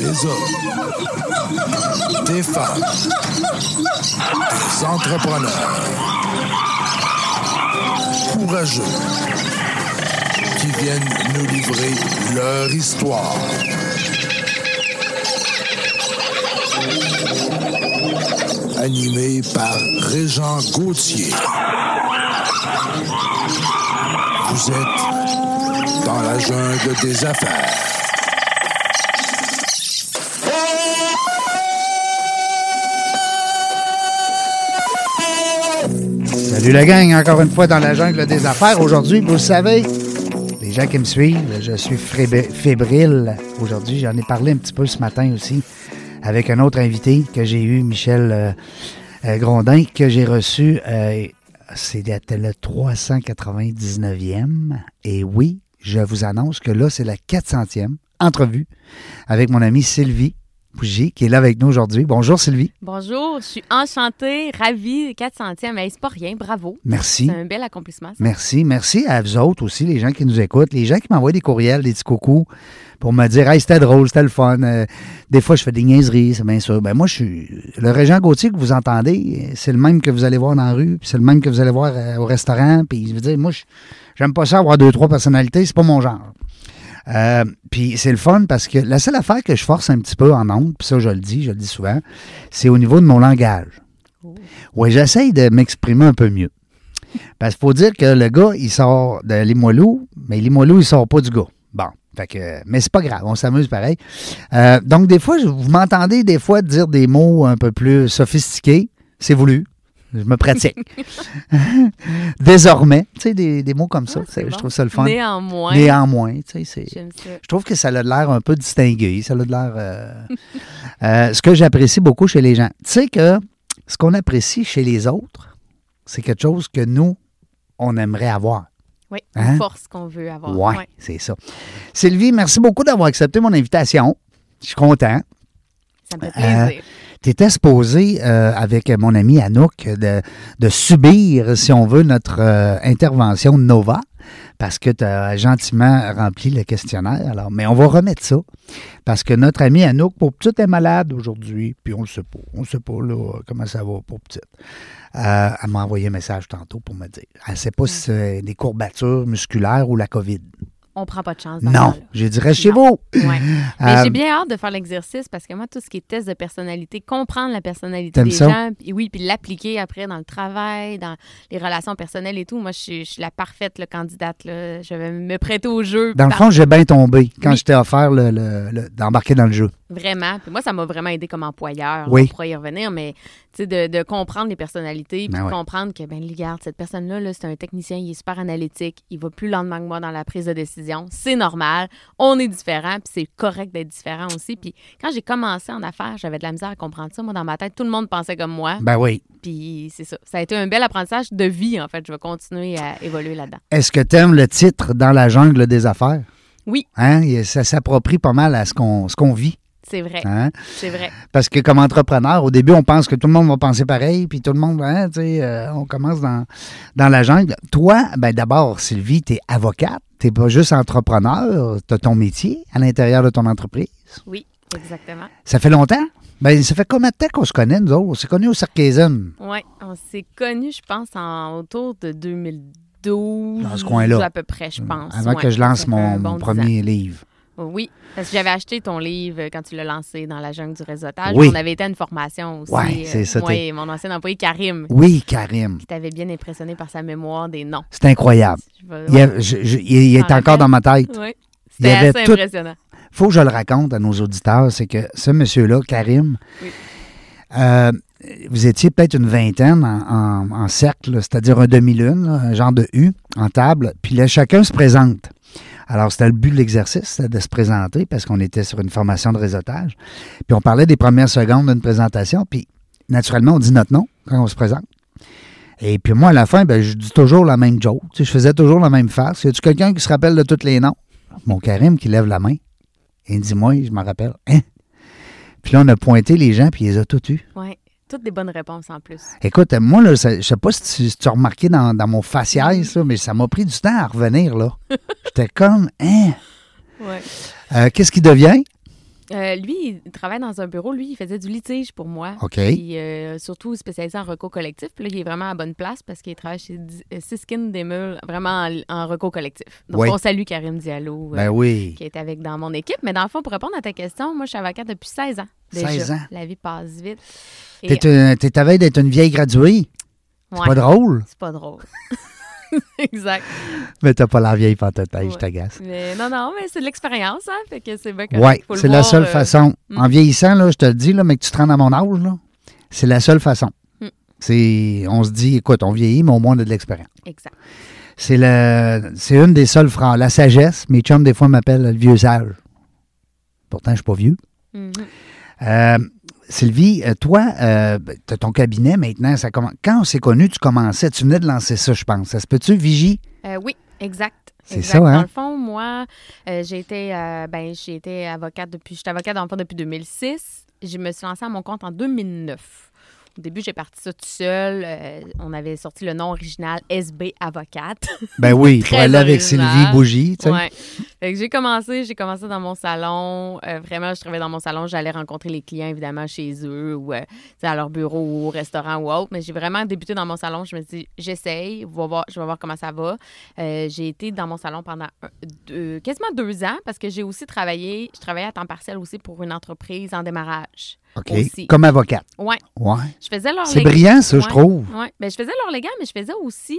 Des hommes, des femmes, des entrepreneurs courageux qui viennent nous livrer leur histoire. Animé par Régent Gauthier. Vous êtes dans la jungle des affaires. Salut la gang, encore une fois dans la jungle des affaires. Aujourd'hui, vous le savez, les gens qui me suivent, je suis fébrile. Aujourd'hui, j'en ai parlé un petit peu ce matin aussi avec un autre invité que j'ai eu, Michel Grondin, que j'ai reçu. C'était le 399e. Et oui, je vous annonce que là, c'est la 400e entrevue avec mon amie Sylvie Pougy, qui est là avec nous aujourd'hui. Bonjour Sylvie. Bonjour, je suis enchantée, ravie, 400e. Hey, c'est pas rien, bravo. Merci. C'est un bel accomplissement. Ça. Merci à vous autres aussi, les gens qui nous écoutent, les gens qui m'envoient des courriels, des petits coucous pour me dire « Hey, c'était drôle, c'était le fun. » Des fois, je fais des niaiseries, c'est bien sûr. Ben moi, je suis le Régent Gauthier que vous entendez, c'est le même que vous allez voir dans la rue, puis c'est le même que vous allez voir au restaurant. Puis je veux dire, moi, j'aime pas ça avoir 2-3 personnalités, c'est pas mon genre. Puis c'est le fun parce que la seule affaire que je force un petit peu en ondes, puis ça je le dis souvent, c'est au niveau de mon langage. Oh. Oui, j'essaye de m'exprimer un peu mieux. Parce qu'il faut dire que le gars, il sort de Limoilou, mais Limoilou, il sort pas du gars. Bon, fait que, mais c'est pas grave, on s'amuse pareil. Donc des fois, vous m'entendez des fois dire des mots un peu plus sophistiqués, c'est voulu. Je me pratique. Désormais, tu sais, des mots comme ça, je trouve ça le fun. Néanmoins, tu sais, j'aime ça. Je trouve que ça a l'air un peu distingué, ça a l'air... ce que j'apprécie beaucoup chez les gens. Tu sais que ce qu'on apprécie chez les autres, c'est quelque chose que nous, on aimerait avoir. Oui, une force qu'on veut avoir. Oui, c'est ça. Sylvie, merci beaucoup d'avoir accepté mon invitation. Je suis content. Ça me fait plaisir. Tu étais supposé, avec mon ami Anouk, de subir, si on veut, notre intervention Nova, parce que tu as gentiment rempli le questionnaire. Alors, mais on va remettre ça, parce que notre ami Anouk, pour petite, est malade aujourd'hui, puis on le sait pas. On ne sait pas là, comment ça va pour petite. Elle m'a envoyé un message tantôt pour me dire. Elle ne sait pas si c'est des courbatures musculaires ou la COVID. On prend pas de chance. Non, je dirais chez vous. Ouais. Mais j'ai bien hâte de faire l'exercice parce que moi, tout ce qui est test de personnalité, comprendre la personnalité des gens, puis l'appliquer après dans le travail, dans les relations personnelles et tout. Moi, je suis la parfaite candidate. Là. Je vais me prêter au jeu. Dans le fond, j'ai bien tombé quand je t'ai offert d'embarquer dans le jeu. Vraiment. Puis moi, ça m'a vraiment aidé comme employeur. Oui. On pourra y revenir, mais de comprendre les personnalités, puis comprendre que, regarde, cette personne-là, c'est un technicien, il est super analytique, il va plus lentement que moi dans la prise de décision. C'est normal. On est différents, puis c'est correct d'être différent aussi. Puis quand j'ai commencé en affaires, j'avais de la misère à comprendre ça. Moi, dans ma tête, tout le monde pensait comme moi. Ben oui. Puis c'est ça. Ça a été un bel apprentissage de vie, en fait. Je vais continuer à évoluer là-dedans. Est-ce que tu aimes le titre « Dans la jungle des affaires » ? Oui. Ça s'approprie pas mal à ce qu'on vit. C'est vrai. C'est vrai. Parce que comme entrepreneur, au début, on pense que tout le monde va penser pareil, puis tout le monde, on commence dans la jungle. Toi, d'abord, Sylvie, tu es avocate, tu n'es pas juste entrepreneur, tu as ton métier à l'intérieur de ton entreprise. Oui, exactement. Ça fait longtemps? Ça fait combien de temps qu'on se connaît, nous autres? On s'est connus au Circaisienne. Oui, on s'est connus, je pense, autour de 2012. Dans ce coin-là. À peu près, je pense. Avant que je lance mon premier livre. Oui, parce que j'avais acheté ton livre quand tu l'as lancé dans la jungle du réseautage. Oui. On avait été à une formation aussi. Oui, c'est ça. Moi et mon ancien employé, Karim. Oui, Karim. Qui t'avait bien impressionné par sa mémoire des noms. C'est incroyable. Il est encore dans ma tête. Oui, c'était assez impressionnant. Il faut que je le raconte à nos auditeurs, c'est que ce monsieur-là, Karim, vous étiez peut-être une vingtaine en cercle, c'est-à-dire un demi-lune, un genre de U en table, puis là, chacun se présente. Alors, c'était le but de l'exercice, c'était de se présenter parce qu'on était sur une formation de réseautage. Puis on parlait des premières secondes d'une présentation, puis naturellement, on dit notre nom quand on se présente. Et puis moi, à la fin, je dis toujours la même joke. Je faisais toujours la même face. Y a-tu quelqu'un qui se rappelle de tous les noms? Mon Karim qui lève la main. Et il dit, moi, je m'en rappelle. Hein? Puis là, on a pointé les gens, puis ils les ont tous eus. Oui. Toutes des bonnes réponses en plus. Écoute, moi, là, je ne sais pas si tu as remarqué dans mon faciès, là, mais ça m'a pris du temps à revenir. Là. J'étais comme, hein? Ouais. Qu'est-ce qui devient? Lui, il travaille dans un bureau. Lui, il faisait du litige pour moi. OK. Puis, surtout spécialisé en recours collectif. Puis là, il est vraiment à bonne place parce qu'il travaille chez Siskin Desmeules, vraiment en recours collectif. Donc, on salue Karim Diallo, qui est avec dans mon équipe. Mais dans le fond, pour répondre à ta question, moi, je suis avocate depuis 16 ans. Déjà. 16 ans. La vie passe vite. T'es à veille d'être une vieille graduée. C'est pas drôle? C'est pas drôle. Exact. Mais t'as pas la vieille pantotaille, je t'agace. Mais non, mais c'est de l'expérience, hein? Fait que c'est bien correct. Oui, c'est la seule façon. En vieillissant, là, je te le dis, là, mais que tu te rends à mon âge, là, c'est la seule façon. On se dit, écoute, on vieillit, mais au moins on a de l'expérience. Exact. C'est une des seules phrases. La sagesse, mes chums, des fois, m'appellent le vieux sage. Pourtant, je suis pas vieux. Sylvie, toi, tu as ton cabinet maintenant. Quand on s'est connus, tu commençais, tu venais de lancer ça, je pense. Ça se peut-tu, Vigie? Oui, exact. C'est ça, hein? Dans le fond, moi, j'ai été avocate j'étais avocate dans le fond depuis 2006. Je me suis lancée à mon compte en 2009. Au début, j'ai parti ça tout seul. On avait sorti le nom original SB Avocate. Ben oui, pour aller avec Sylvie Bougie, tu sais. Ouais. Fait que j'ai commencé dans mon salon. Vraiment, je travaillais dans mon salon. J'allais rencontrer les clients, évidemment, chez eux ou à leur bureau ou au restaurant ou autre. Mais j'ai vraiment débuté dans mon salon. Je me suis dit, j'essaye, je vais voir comment ça va. J'ai été dans mon salon pendant quasiment 2 ans parce que je travaillais à temps partiel aussi pour une entreprise en démarrage. OK. Aussi. Comme avocate. Oui. Ouais. Je faisais leur C'est brillant, ça, je trouve. Oui. Ben, je faisais leur légal, mais je faisais aussi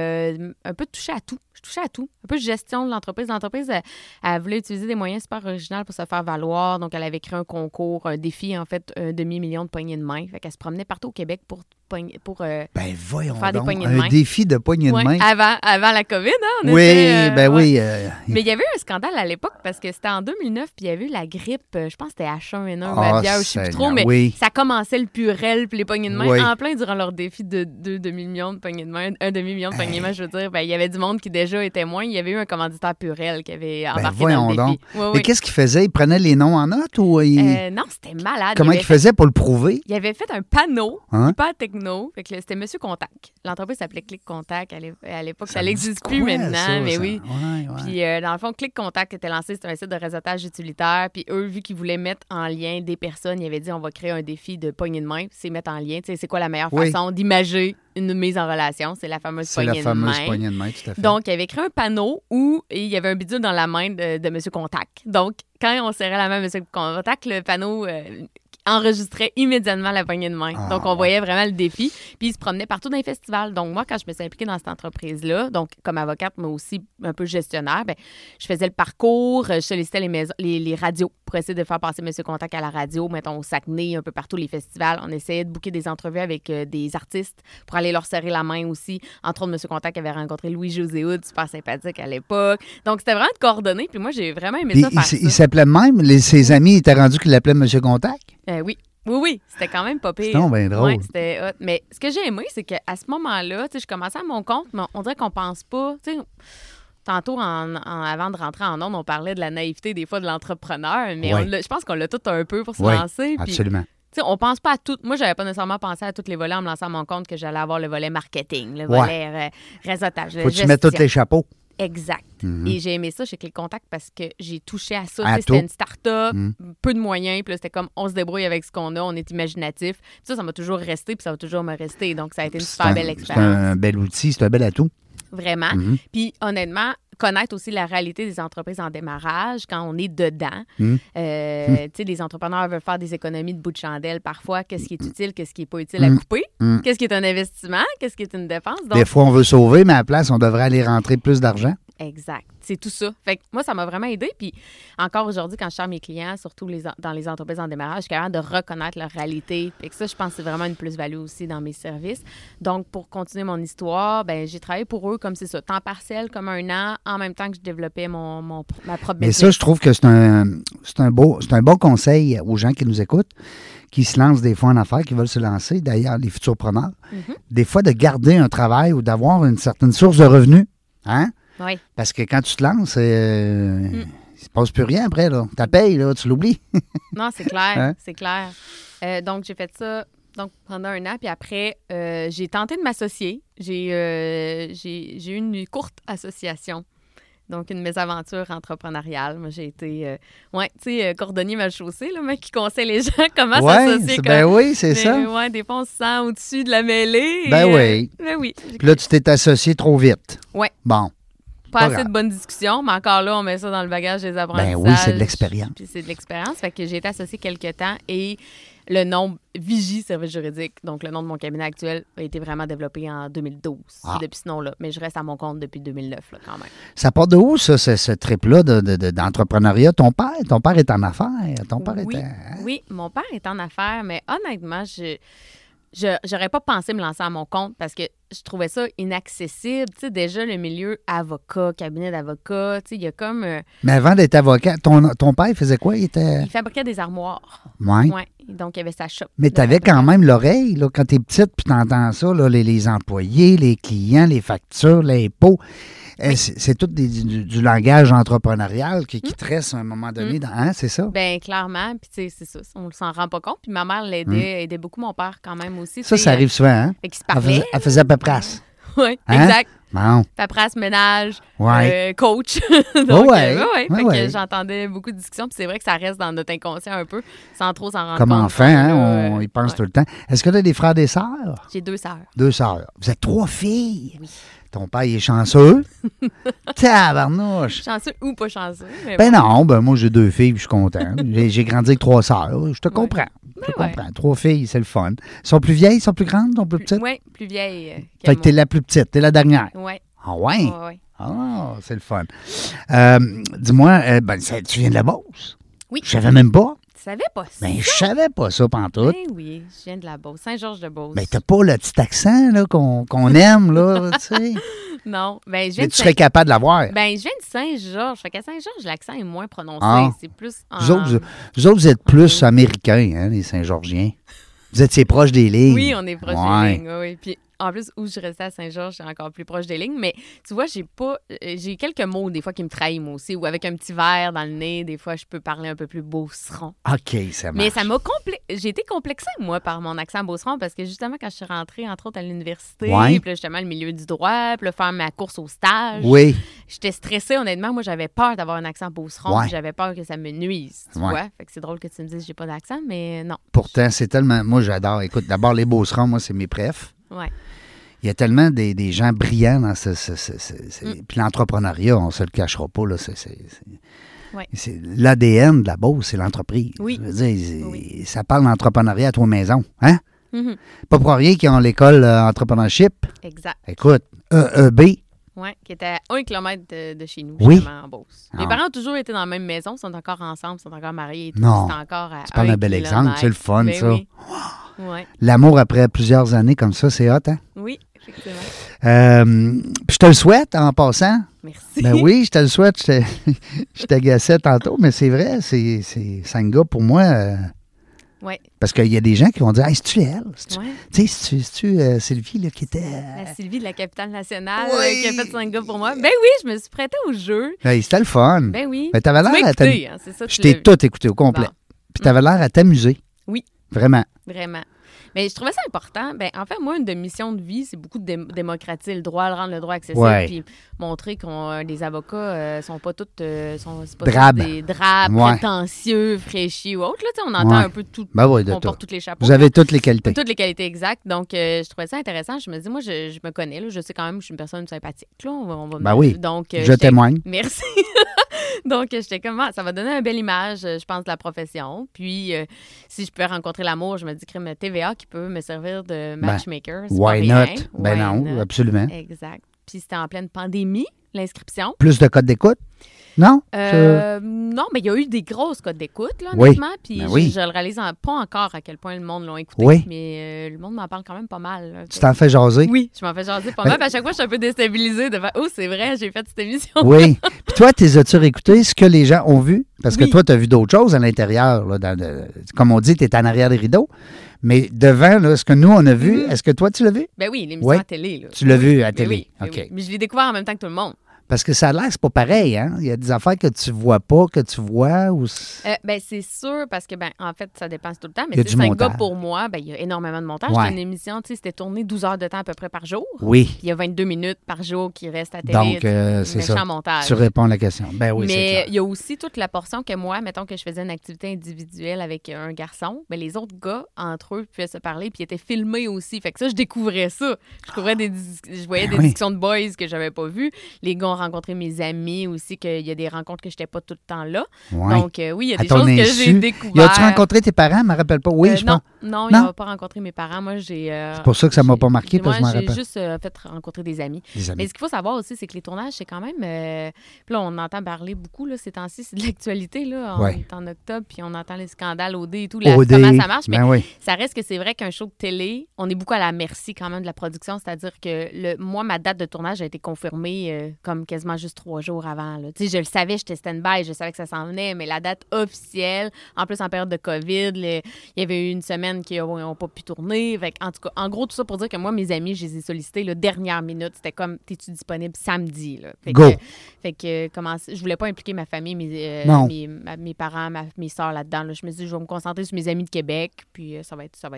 un peu de toucher à tout. Je touchais à tout. Un peu de gestion de l'entreprise. L'entreprise, elle voulait utiliser des moyens super originaux pour se faire valoir. Donc, elle avait créé un concours, un défi, en fait, 500 000 de poignées de main. Fait qu'elle se promenait partout au Québec pour voyons faire donc, des poignées de main. Un défi de poignées de main. Avant la COVID, hein? Oui. Mais il y avait eu un scandale à l'époque parce que c'était en 2009 puis il y avait eu la grippe, je pense que c'était H1N1 ou la bière, je ne sais plus trop, mais ça commençait le purel puis les poignées de main en plein durant leur défi de 2 demi-millions de poignées de main, 1 demi-million de poignées de main, je veux dire. Ben, il y avait du monde qui déjà était moins. Il y avait eu un commanditaire purel qui avait embarqué dans le défi. Mais qu'est-ce qu'il faisait? Il prenait les noms en note ou non, c'était malade. Comment il faisait pour le prouver? Il avait fait un panneau hyper techno. Fait que c'était Monsieur Contact. L'entreprise s'appelait Click Contact à l'époque. Ça n'existe plus maintenant, mais oui. Ouais. Puis, dans le fond, Click Contact était lancé, c'était un site de réseautage utilitaire. Puis, eux, vu qu'ils voulaient mettre en lien des personnes, ils avaient dit on va créer un défi de poignée de main. C'est mettre en lien. Tu sais, c'est quoi la meilleure façon d'imager une mise en relation? C'est la fameuse poignée de main. C'est la fameuse poignée de main, tout à fait. Donc, il avait créé un panneau où il y avait un bidule dans la main de Monsieur Contact. Donc, quand on serrait la main de Monsieur Contact, le panneau enregistrait immédiatement la poignée de main. Donc, on voyait vraiment le défi. Puis, il se promenait partout dans les festivals. Donc, moi, quand je me suis impliquée dans cette entreprise-là, donc comme avocate, mais aussi un peu gestionnaire, bien, je faisais le parcours, je sollicitais les radios pour essayer de faire passer Monsieur Contact à la radio, mettons au Saguenay, un peu partout les festivals. On essayait de booker des entrevues avec des artistes pour aller leur serrer la main aussi. Entre autres, Monsieur Contact avait rencontré Louis-José Hood, super sympathique à l'époque. Donc, c'était vraiment de coordonner. Puis moi, j'ai vraiment aimé ça faire ça. Il s'appelait même? Ses amis étaient rendus qu'il l'appelaient Monsieur Contact? Oui, c'était quand même pas pire. C'était bien drôle. Ouais, c'était hot. Mais ce que j'ai aimé, c'est qu'à ce moment-là, je commençais à mon compte, mais on dirait qu'on pense pas. Tantôt, avant de rentrer en ondes, on parlait de la naïveté des fois de l'entrepreneur, mais je pense qu'on l'a tout un peu pour se lancer. Absolument. Puis, on pense pas à tout. Moi, j'avais pas nécessairement pensé à tous les volets en me lançant à mon compte que j'allais avoir le volet marketing, le volet réseautage, faut que tu mettes tous les chapeaux. Exact. Et j'ai aimé ça chez Click Contact parce que j'ai touché à ça. À C'était une start-up, peu de moyens, puis là, c'était comme on se débrouille avec ce qu'on a, on est imaginatif. Puis ça m'a toujours resté, puis ça va toujours me rester. Donc, ça a été une super belle expérience. C'est un bel outil, c'est un bel atout. Vraiment. Puis, honnêtement, connaître aussi la réalité des entreprises en démarrage quand on est dedans. Tu sais, les entrepreneurs veulent faire des économies de bout de chandelle parfois. Qu'est-ce qui est utile, qu'est-ce qui n'est pas utile à couper? Qu'est-ce qui est un investissement? Qu'est-ce qui est une dépense? Donc, des fois, on veut sauver, mais à la place, on devrait aller rentrer plus d'argent. Exact. C'est tout ça. Fait que moi, ça m'a vraiment aidé. Puis encore aujourd'hui, quand je sers mes clients, surtout dans les entreprises en démarrage, je suis capable de reconnaître leur réalité. Fait que ça, je pense que c'est vraiment une plus-value aussi dans mes services. Donc, pour continuer mon histoire, ben j'ai travaillé pour eux comme c'est ça, temps partiel, comme 1 an, en même temps que je développais ma propre business. Mais ça, je trouve que c'est un bon conseil aux gens qui nous écoutent, qui se lancent des fois en affaires, qui veulent se lancer, d'ailleurs, les futurs preneurs. Des fois, de garder un travail ou d'avoir une certaine source de revenus. Hein? Oui. Parce que quand tu te lances, il ne se passe plus rien après. Là. Ta paye, là, tu l'oublies. Non, c'est clair. Hein? C'est clair. Donc, j'ai fait ça pendant 1 an. Puis après, j'ai tenté de m'associer. J'ai eu une courte association Donc, une mésaventure entrepreneuriale. Moi, j'ai été, cordonnier mal chaussé, là, mec qui conseille les gens comment s'associer. Ben oui, c'est ça. Ouais, des fois, on se sent au-dessus de la mêlée. Ben oui. Ben oui. Puis là, tu t'es associé trop vite. Oui. Bon. Pas assez de bonnes discussions, mais encore là, on met ça dans le bagage des apprentissages. Ben oui, c'est de l'expérience. Puis c'est de l'expérience. Fait que j'ai été associée quelques temps et le nom Vigie Service juridique, donc le nom de mon cabinet actuel, a été vraiment développé en 2012, depuis ce nom-là. Mais je reste à mon compte depuis 2009, là, quand même. Ça part de où, ça, ce trip-là d'entrepreneuriat? Ton père est en affaires? Oui, mon père est en affaires, mais honnêtement, j'aurais pas pensé me lancer à mon compte parce que je trouvais ça inaccessible. Tu sais, déjà, le milieu avocat, cabinet d'avocat, tu sais, il y a comme... Mais avant d'être avocat, ton père, il faisait quoi? Il fabriquait des armoires. Oui. Ouais. Donc, il y avait sa shop. Mais tu avais quand même l'oreille, là, quand tu es petite, puis tu entends ça, là, les employés, les clients, les factures, l'impôt. Oui. C'est tout du langage entrepreneurial qui te reste à un moment donné. C'est ça? Bien, clairement. Puis, tu sais, c'est ça. On ne s'en rend pas compte. Puis, ma mère aidait beaucoup mon père quand même aussi. Ça arrive souvent, hein? Fait qu'il se parlait. Elle faisait paperasse. Oui, exact. Bon. Paperasse, ménage, coach. Donc, fait que j'entendais beaucoup de discussions. Puis, c'est vrai que ça reste dans notre inconscient un peu, sans trop s'en rendre compte. Comme enfant, hein, on y pense tout le temps. Est-ce que tu as des frères et des sœurs? J'ai 2 sœurs. 2 sœurs. Vous êtes 3 filles? Oui. Ton père, il est chanceux. Tabarnouche. Chanceux ou pas chanceux. Non, moi, j'ai 2 filles, puis je suis content. j'ai grandi avec 3 sœurs. Je te comprends. Je comprends. 3 filles, c'est le fun. Elles sont plus vieilles, elles sont plus grandes, elles sont plus petites? Oui, plus vieilles. Fait que t'es la plus petite, t'es la dernière. Oui. Ah ouais? Oui. Ah, c'est le fun. Dis-moi, tu viens de la Beauce? Oui. Je savais même pas. Tu savais pas ça? Je savais pas ça pantoute. Ben oui, je viens de la Beauce, Saint-Georges-de-Beauce. Mais t'as pas le petit accent là, qu'on aime, là, tu sais. Non, je viens tu serais capable de l'avoir. Je viens de Saint-Georges. Fait qu'à Saint-Georges, l'accent est moins prononcé. C'est plus... Vous autres, vous êtes plus américains, hein, les Saint-Georgiens. Vous étiez proches des lignes. Oui, on est proches des lignes, oui. Puis en plus, où je restais à Saint-Georges, c'est encore plus proche des lignes. Mais tu vois, j'ai quelques mots des fois qui me trahissent moi aussi. Ou avec un petit verre dans le nez, des fois, je peux parler un peu plus beauceron. OK, ça marche. Mais ça m'a j'ai été complexée, moi, par mon accent beauceron parce que justement, quand je suis rentrée, entre autres, à l'université, puis là, justement, le milieu du droit, puis là, faire ma course au stage. Oui. J'étais stressée, honnêtement. Moi, j'avais peur d'avoir un accent beauceron. Puis j'avais peur que ça me nuise, tu vois. Fait que c'est drôle que tu me dises que j'ai pas d'accent, mais non. Pourtant, c'est tellement... Moi, j'adore. Écoute, d'abord, les beaucerons, moi, c'est mes préfs. Oui. Il y a tellement des gens brillants dans Puis l'entrepreneuriat, on ne se le cachera pas, là, c'est l'ADN de la Beauce, c'est l'entreprise. Oui. Je veux dire, ça parle d'entrepreneuriat à toi maison, hein? Mm-hmm. Pas pour rien qu'ils ont l'école entrepreneurship. Exact. Écoute, EEB. Oui, qui était à 1 kilomètre de chez nous, justement, en Beauce. Mes parents ont toujours été dans la même maison, sont encore ensemble, sont encore mariés et tout. Non. C'est encore à tu parles d'un bel exemple, c'est le fun, ça. Oui. Ouais. L'amour après plusieurs années comme ça, c'est hot, hein? Oui, effectivement. Puis je te le souhaite en passant. Merci. Ben oui, je te le souhaite. Je t'agaçais tantôt, mais c'est vrai, c'est 5 gars pour moi. Oui. Parce qu'il y a des gens qui vont dire, hey, c'est-tu elle? Ouais. Tu sais, c'est-tu Sylvie là, qui était. La Sylvie de la capitale nationale qui a fait 5 gars pour moi. Ben oui, je me suis prêtée au jeu. Hey, c'était le fun. Ben oui. Ben, t'avais l'air à t'amuser. Hein, c'est ça, je t'ai tout écouté au complet. Bon. Puis t'avais l'air à t'amuser. Oui. Vraiment. Vraiment. Mais je trouvais ça important. En fait, moi, une de missions de vie, c'est beaucoup de démocratiser le droit, rendre le droit accessible, puis montrer que les avocats sont pas tous drabes, prétentieux, fraîchis ou autres. Là, on entend un peu tout. On porte tous les chapeaux. Vous avez toutes les qualités. Toutes les qualités exactes. Donc, je trouvais ça intéressant. Je me dis, moi, je me connais. Là, je sais quand même que je suis une personne sympathique. Là, oui. Donc, je témoigne. Merci. Donc, j'étais comme, ça va donner une belle image, je pense, de la profession. Puis, si je peux rencontrer l'amour, je me dis, crime TVA qui peut me servir de matchmaker. Why not? Non, absolument. Exact. Puis, c'était en pleine pandémie, l'inscription. Plus de codes d'écoute? Non? Non, mais il y a eu des grosses codes d'écoute, là, honnêtement. Puis je le réalise pas encore à quel point le monde l'a écouté. Mais le monde m'en parle quand même pas mal. Là, tu t'en fais jaser? Oui, je m'en fais jaser pas mal. Puis à chaque fois, je suis un peu déstabilisée de faire, c'est vrai, j'ai fait cette émission. Oui. Puis toi, as-tu réécouté ce que les gens ont vu? Parce que toi, tu as vu d'autres choses à l'intérieur. Là, comme on dit, tu es en arrière des rideaux. Mais devant, là, ce que nous, on a vu, est-ce que toi, tu l'as vu? Ben oui, l'émission à télé. Là. Tu l'as vu à télé? Oui, OK. Mais je l'ai découvert en même temps que tout le monde. Parce que ça a l'air que c'est pas pareil, hein? Il y a des affaires que tu vois pas, que tu vois. Ou... c'est sûr, parce que, en fait, ça dépense tout le temps. Mais c'est un gars pour moi, il y a énormément de montage. C'est une émission, c'était tourné 12 heures de temps à peu près par jour. Oui. Puis il y a 22 minutes par jour qui restent à télé. Donc, c'est ça. Montage. Tu réponds à la question. Ben oui, mais il y a aussi toute la portion que moi, mettons que je faisais une activité individuelle avec un garçon, les autres gars, entre eux, pouvaient se parler, puis ils étaient filmés aussi. Fait que ça, je découvrais ça. Je voyais des discussions de boys que j'avais pas vues. Les gars ont rencontré mes amis aussi, qu'il y a des rencontres que j'étais pas tout le temps là. Ouais. Donc, oui, il y a des choses que j'ai découvertes. As-tu rencontré tes parents? Je me rappelle pas. Oui, je pense. Non, il n'a pas rencontré mes parents. Moi, j'ai... c'est pour ça que ça m'a pas marqué, parce que je m'en rappelle. J'ai juste fait rencontrer des amis. Mais ce qu'il faut savoir aussi, c'est que les tournages, c'est quand même... puis là, on entend parler beaucoup, là, ces temps-ci, c'est de l'actualité, là. On est en octobre, puis on entend les scandales OD et tout, comment ça marche. Mais ça reste que c'est vrai qu'un show de télé, on est beaucoup à la merci quand même de la production. C'est-à-dire que moi, ma date de tournage a été confirmée comme quasiment juste 3 jours avant. Tu sais, je le savais, j'étais stand-by, je savais que ça s'en venait, mais la date officielle, en plus en période de COVID, il y avait eu une semaine qui n'ont pas pu tourner. Fait, en tout cas, en gros, tout ça pour dire que moi, mes amis, je les ai sollicités dernière minute. C'était comme, t'es-tu disponible samedi? Là? Fait que je voulais pas impliquer ma famille, mes parents, mes soeurs là-dedans. Là. Je me suis dit, je vais me concentrer sur mes amis de Québec, puis ça va être ça.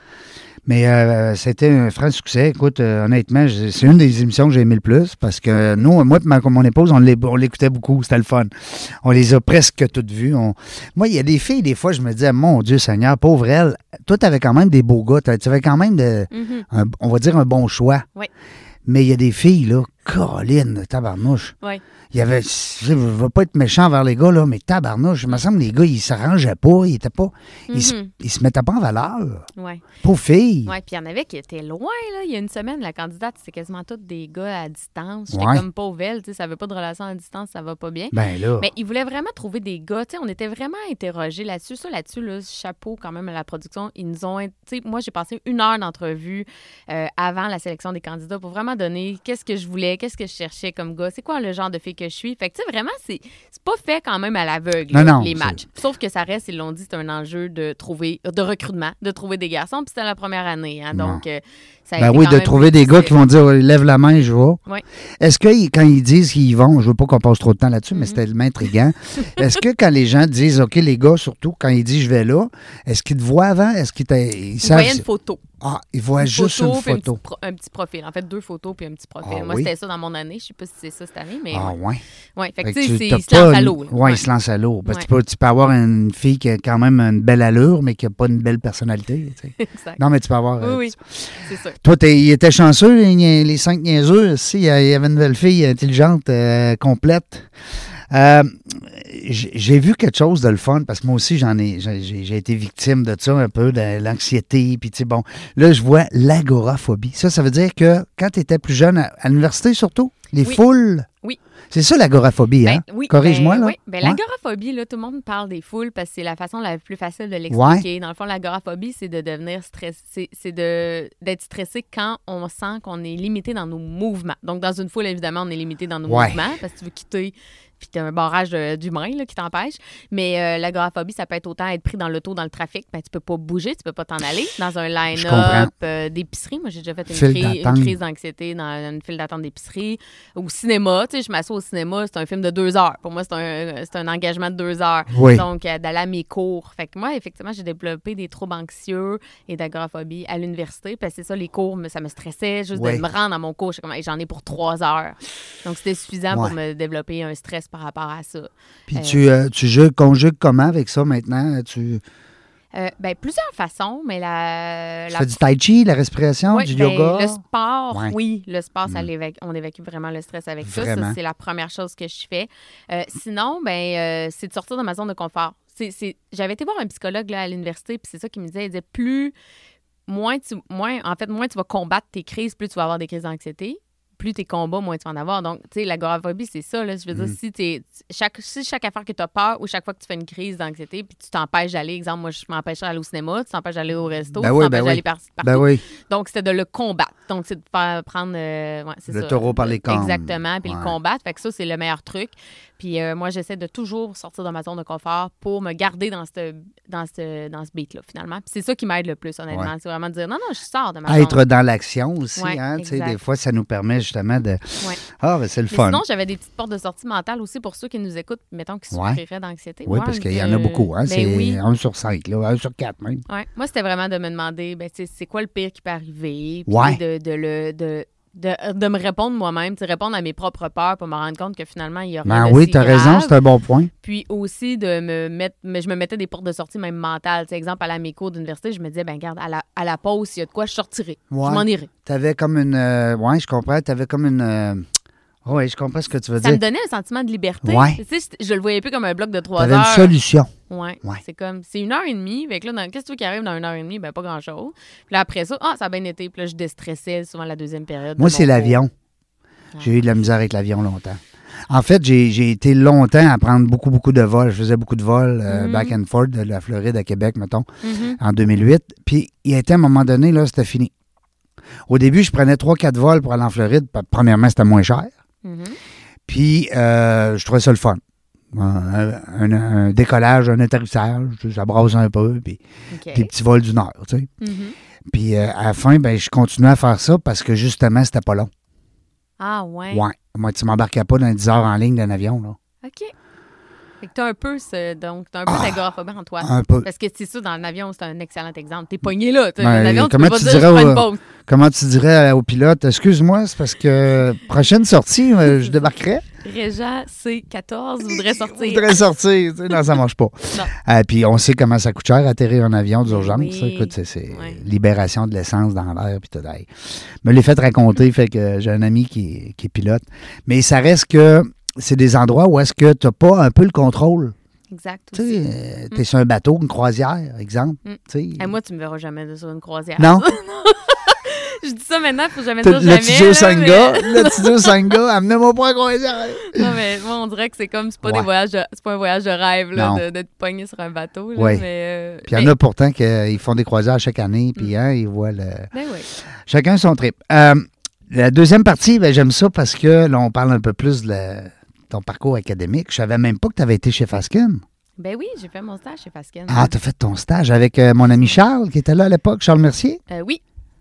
Mais c'était un franc succès. Écoute, honnêtement, c'est une des émissions que j'ai aimé le plus parce que nous, moi et mon épouse, on l'écoutait beaucoup. C'était le fun. On les a presque toutes vues. Moi, il y a des filles, des fois, je me disais, mon Dieu Seigneur, pauvre elle, toi, tu avais quand même des beaux gars. Tu avais quand même, on va dire, un bon choix. Oui. Mais il y a des filles, là, Caroline, tabarnouche. Oui. Il y avait, je ne veux pas être méchant envers les gars, là, mais tabarnouche, il me semble que les gars, ils s'arrangeaient pas, ils étaient pas, ils se mettaient pas en valeur. Oui. Pauvres filles. Oui, puis il y en avait qui étaient loin, là. Il y a une semaine, la candidate, c'était quasiment toutes des gars à distance. J'étais comme pauvre elle, tu sais, ça veut pas de relation à distance, ça va pas bien. Ben là. Mais ils voulaient vraiment trouver des gars, tu sais, on était vraiment interrogés là-dessus. Là, chapeau quand même à la production. Ils nous ont, tu sais, moi, j'ai passé 1 heure d'entrevue avant la sélection des candidats pour vraiment donner qu'est-ce que je voulais, qu'est-ce que je cherchais comme gars, c'est quoi le genre de fille que je suis. Fait que, tu sais, vraiment, c'est pas fait quand même à l'aveugle, les matchs. Sauf que ça reste, ils l'ont dit, c'est un enjeu de recrutement, de trouver des garçons. Puis c'était la première année, hein, donc ça a été de trouver des gars qui vont dire lève la main, je vais. Oui. Est-ce que quand ils disent qu'ils y vont, je veux pas qu'on passe trop de temps là-dessus, mais c'était tellement intriguant. Est-ce que quand les gens disent OK, les gars, surtout quand ils disent je vais là, est-ce qu'ils te voient avant? Est-ce qu'ils savent? Ils voyaient une photo. Ah, ils voient juste une photo. Un petit profil. En fait, 2 photos puis un petit profil. Ah, moi, c'était ça dans mon année. Je sais pas si c'est ça cette année, mais. Ah, ouais. Oui, fait que tu sais, ils se lancent à l'eau. Oui, ils se lancent à l'eau. Parce que tu peux avoir une fille qui a quand même une belle allure, mais qui n'a pas une belle personnalité. Tu sais. Exact. Non, mais tu peux avoir. Oui, c'est ça. Toi, il était chanceux, les 5 niaiseux. Il y avait une belle fille intelligente, complète. J'ai vu quelque chose de le fun parce que moi aussi j'ai été victime de ça un peu, de l'anxiété, puis tu sais, bon, là je vois l'agoraphobie. Ça veut dire que quand tu étais plus jeune, à l'université surtout, les foules. Oui. C'est ça l'agoraphobie, hein? Oui, corrige-moi, là. Oui, l'agoraphobie, là, tout le monde parle des foules parce que c'est la façon la plus facile de l'expliquer. Dans le fond, l'agoraphobie, c'est de devenir stressé, c'est d'être stressé quand on sent qu'on est limité dans nos mouvements. Donc, dans une foule, évidemment, on est limité dans nos mouvements parce que tu veux quitter puis tu as un barrage d'humains qui t'empêche. Mais l'agoraphobie, ça peut être autant être pris dans l'auto, dans le trafic. Ben, tu peux pas bouger, tu peux pas t'en aller. Dans un line-up d'épicerie. Moi, j'ai déjà fait une crise d'anxiété dans une file d'attente d'épicerie. Au cinéma, tu sais, je m'assois au cinéma, c'est un film de 2 heures. Pour moi, c'est un engagement de 2 heures. Oui. Donc, d'aller à mes cours. Fait que moi, effectivement, j'ai développé des troubles anxieux et d'agoraphobie à l'université. Parce que c'est ça, les cours, ça me stressait juste de me rendre à mon cours. J'en ai pour 3 heures. Donc, c'était suffisant pour me développer un stress par rapport à ça. Puis tu conjugues comment avec ça maintenant? Plusieurs façons, mais tu fais du tai chi, la respiration, du yoga? Le sport, le sport, on évacue vraiment le stress avec ça. Ça, c'est la première chose que je fais. Sinon, c'est de sortir de ma zone de confort. J'avais été voir un psychologue là, à l'université, puis c'est ça qu'il me disait. Il disait, moins tu vas combattre tes crises, plus tu vas avoir des crises d'anxiété. Plus tes combats, moins tu vas en avoir. Donc, tu sais, l'agoraphobie, c'est ça. Là. Je veux dire, si chaque affaire que tu as peur ou chaque fois que tu fais une crise d'anxiété puis tu t'empêches d'aller, exemple, moi, je m'empêcherais d'aller au cinéma, tu t'empêches d'aller au resto, tu t'empêches d'aller partout. Donc, c'était de le combattre. Donc, c'est de faire prendre le taureau par les cornes. Exactement, puis le combattre. Fait que ça, c'est le meilleur truc. Puis moi, j'essaie de toujours sortir de ma zone de confort pour me garder dans ce beat-là, finalement. Puis c'est ça qui m'aide le plus, honnêtement. C'est vraiment de dire, non, je sors de ma zone. Être dans l'action aussi, hein. Tu sais, des fois, ça nous permet justement de... Ouais. Ah, ben c'est le Mais fun. sinon, j'avais des petites portes de sortie mentale aussi pour ceux qui nous écoutent, mettons, qui souffriraient d'anxiété. Oui, parce qu'il y en a beaucoup. Hein? C'est 1 sur 5, là, 1 sur 4 même. Ouais. Moi, c'était vraiment de me demander, c'est quoi le pire qui peut arriver? Puis de me répondre moi-même, répondre à mes propres peurs pour me rendre compte que finalement, il y a rien de oui, si tu as grave. raison, c'est un bon point. Puis aussi de me mettre, mais je me mettais des portes de sortie même mentales. Exemple, à mes cours d'université, je me disais, ben regarde, à la pause, s'il y a de quoi, je sortirai. Ouais. Je m'en irai. Tu avais comme une... oui, je comprends. Tu avais comme une... Oui, je comprends ce que tu veux dire. Ça me donnait un sentiment de liberté. Ouais. Tu sais, je le voyais plus comme un bloc de 3 heures. Tu avais une solution. Ouais. Ouais. C'est comme, c'est 1h30. Fait que là, qu'est-ce qui arrive dans 1h30? Ben, pas grand-chose. Puis là, après ça, ça a bien été. Puis là, je déstressais souvent la deuxième période. Moi, c'est l'avion. J'ai eu de la misère avec l'avion longtemps. En fait, j'ai été longtemps à prendre beaucoup, beaucoup de vols. Je faisais beaucoup de vols back and forth de la Floride à Québec, mettons, en 2008. Puis, il y a été un moment donné, là, c'était fini. Au début, je prenais 3-4 vols pour aller en Floride. Premièrement, c'était moins cher. Puis, je trouvais ça le fun. Un décollage, un atterrissage, ça brasse un peu, puis des petits vols d'une heure, tu sais. Puis, à la fin, ben, je continuais à faire ça parce que, justement, c'était pas long. Ah, ouais? Ouais. Moi, tu m'embarquais pas dans 10 heures en ligne d'un avion, là. OK. Fait que t'as un peu l'agoraphobie en toi. Un peu. Parce que c'est ça, dans l'avion, c'est un excellent exemple. T'es pogné là. Ben, l'avion, tu peux pas dire, je prends une pause. Comment tu dirais au pilote, excuse-moi, c'est parce que prochaine sortie, je débarquerai. Régent C14 voudrait sortir. Voudrait sortir. Non, ça marche pas. Puis on sait comment ça coûte cher atterrir en avion d'urgence. Oui. Écoute, c'est libération de l'essence dans l'air. Puis tout. Me l'ai fait raconter, fait que j'ai un ami qui est pilote. Mais ça reste que c'est des endroits où est-ce que tu n'as pas un peu le contrôle. Exact. Tu sais, tu es sur un bateau, une croisière, exemple. Moi, tu me verras jamais sur une croisière. Non? Je dis ça maintenant, il faut jamais dire jamais. Le studio Sangha, amenez-moi pas à croisière. Non, mais moi, on dirait que c'est comme, c'est pas un voyage de rêve, là, d'être pogné sur un bateau. Là, oui. Puis il y en a pourtant qui font des croisières chaque année, puis ils voient le... Ben oui. Chacun son trip. La deuxième partie, ben, j'aime ça parce que là, on parle un peu plus de ton parcours académique. Je savais même pas que tu avais été chez Fasken. Ben oui, j'ai fait mon stage chez Fasken. Ah, tu as fait ton stage avec mon ami Charles, qui était là à l'époque, Charles Mercier? Oui.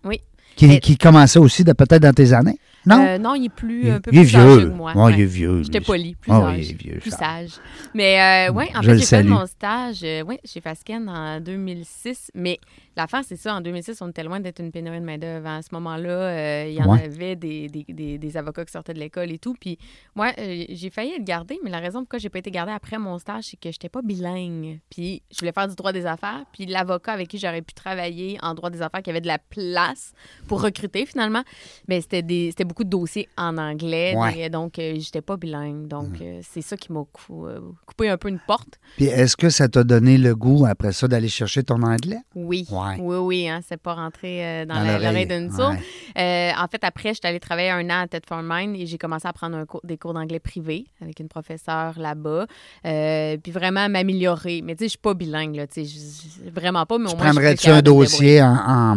Qui commençait aussi peut-être dans tes années? Non? Non, il est plus un peu plus âgé que moi. Oh, il est vieux. J'étais poli, plus il âgé, est vieux, plus sage. Mais en fait, j'ai fait mon stage chez Fasken en 2006. Mais l'affaire, c'est ça, en 2006, on était loin d'être une pénurie de main-d'œuvre. À ce moment-là, il y en avait des avocats qui sortaient de l'école et tout. Puis moi, j'ai failli être gardée, mais la raison pourquoi j'ai pas été gardée après mon stage, c'est que j'étais pas bilingue. Puis je voulais faire du droit des affaires. Puis l'avocat avec qui j'aurais pu travailler en droit des affaires, qui avait de la place pour recruter finalement, mais c'était beaucoup de dossiers en anglais. Donc, j'étais pas bilingue. Donc, c'est ça qui m'a coupé un peu une porte. Puis est-ce que ça t'a donné le goût, après ça, d'aller chercher ton anglais? Oui. Oui, hein, c'est pas rentré dans l'oreille d'une sourde. En fait, après, je suis allée travailler 1 an à Ted for Mind et j'ai commencé à prendre des cours d'anglais privé avec une professeure là-bas. Puis vraiment m'améliorer. Mais tu sais, je suis pas bilingue, là. Tu sais, vraiment pas, mais au moins, prendrais-tu un dossier en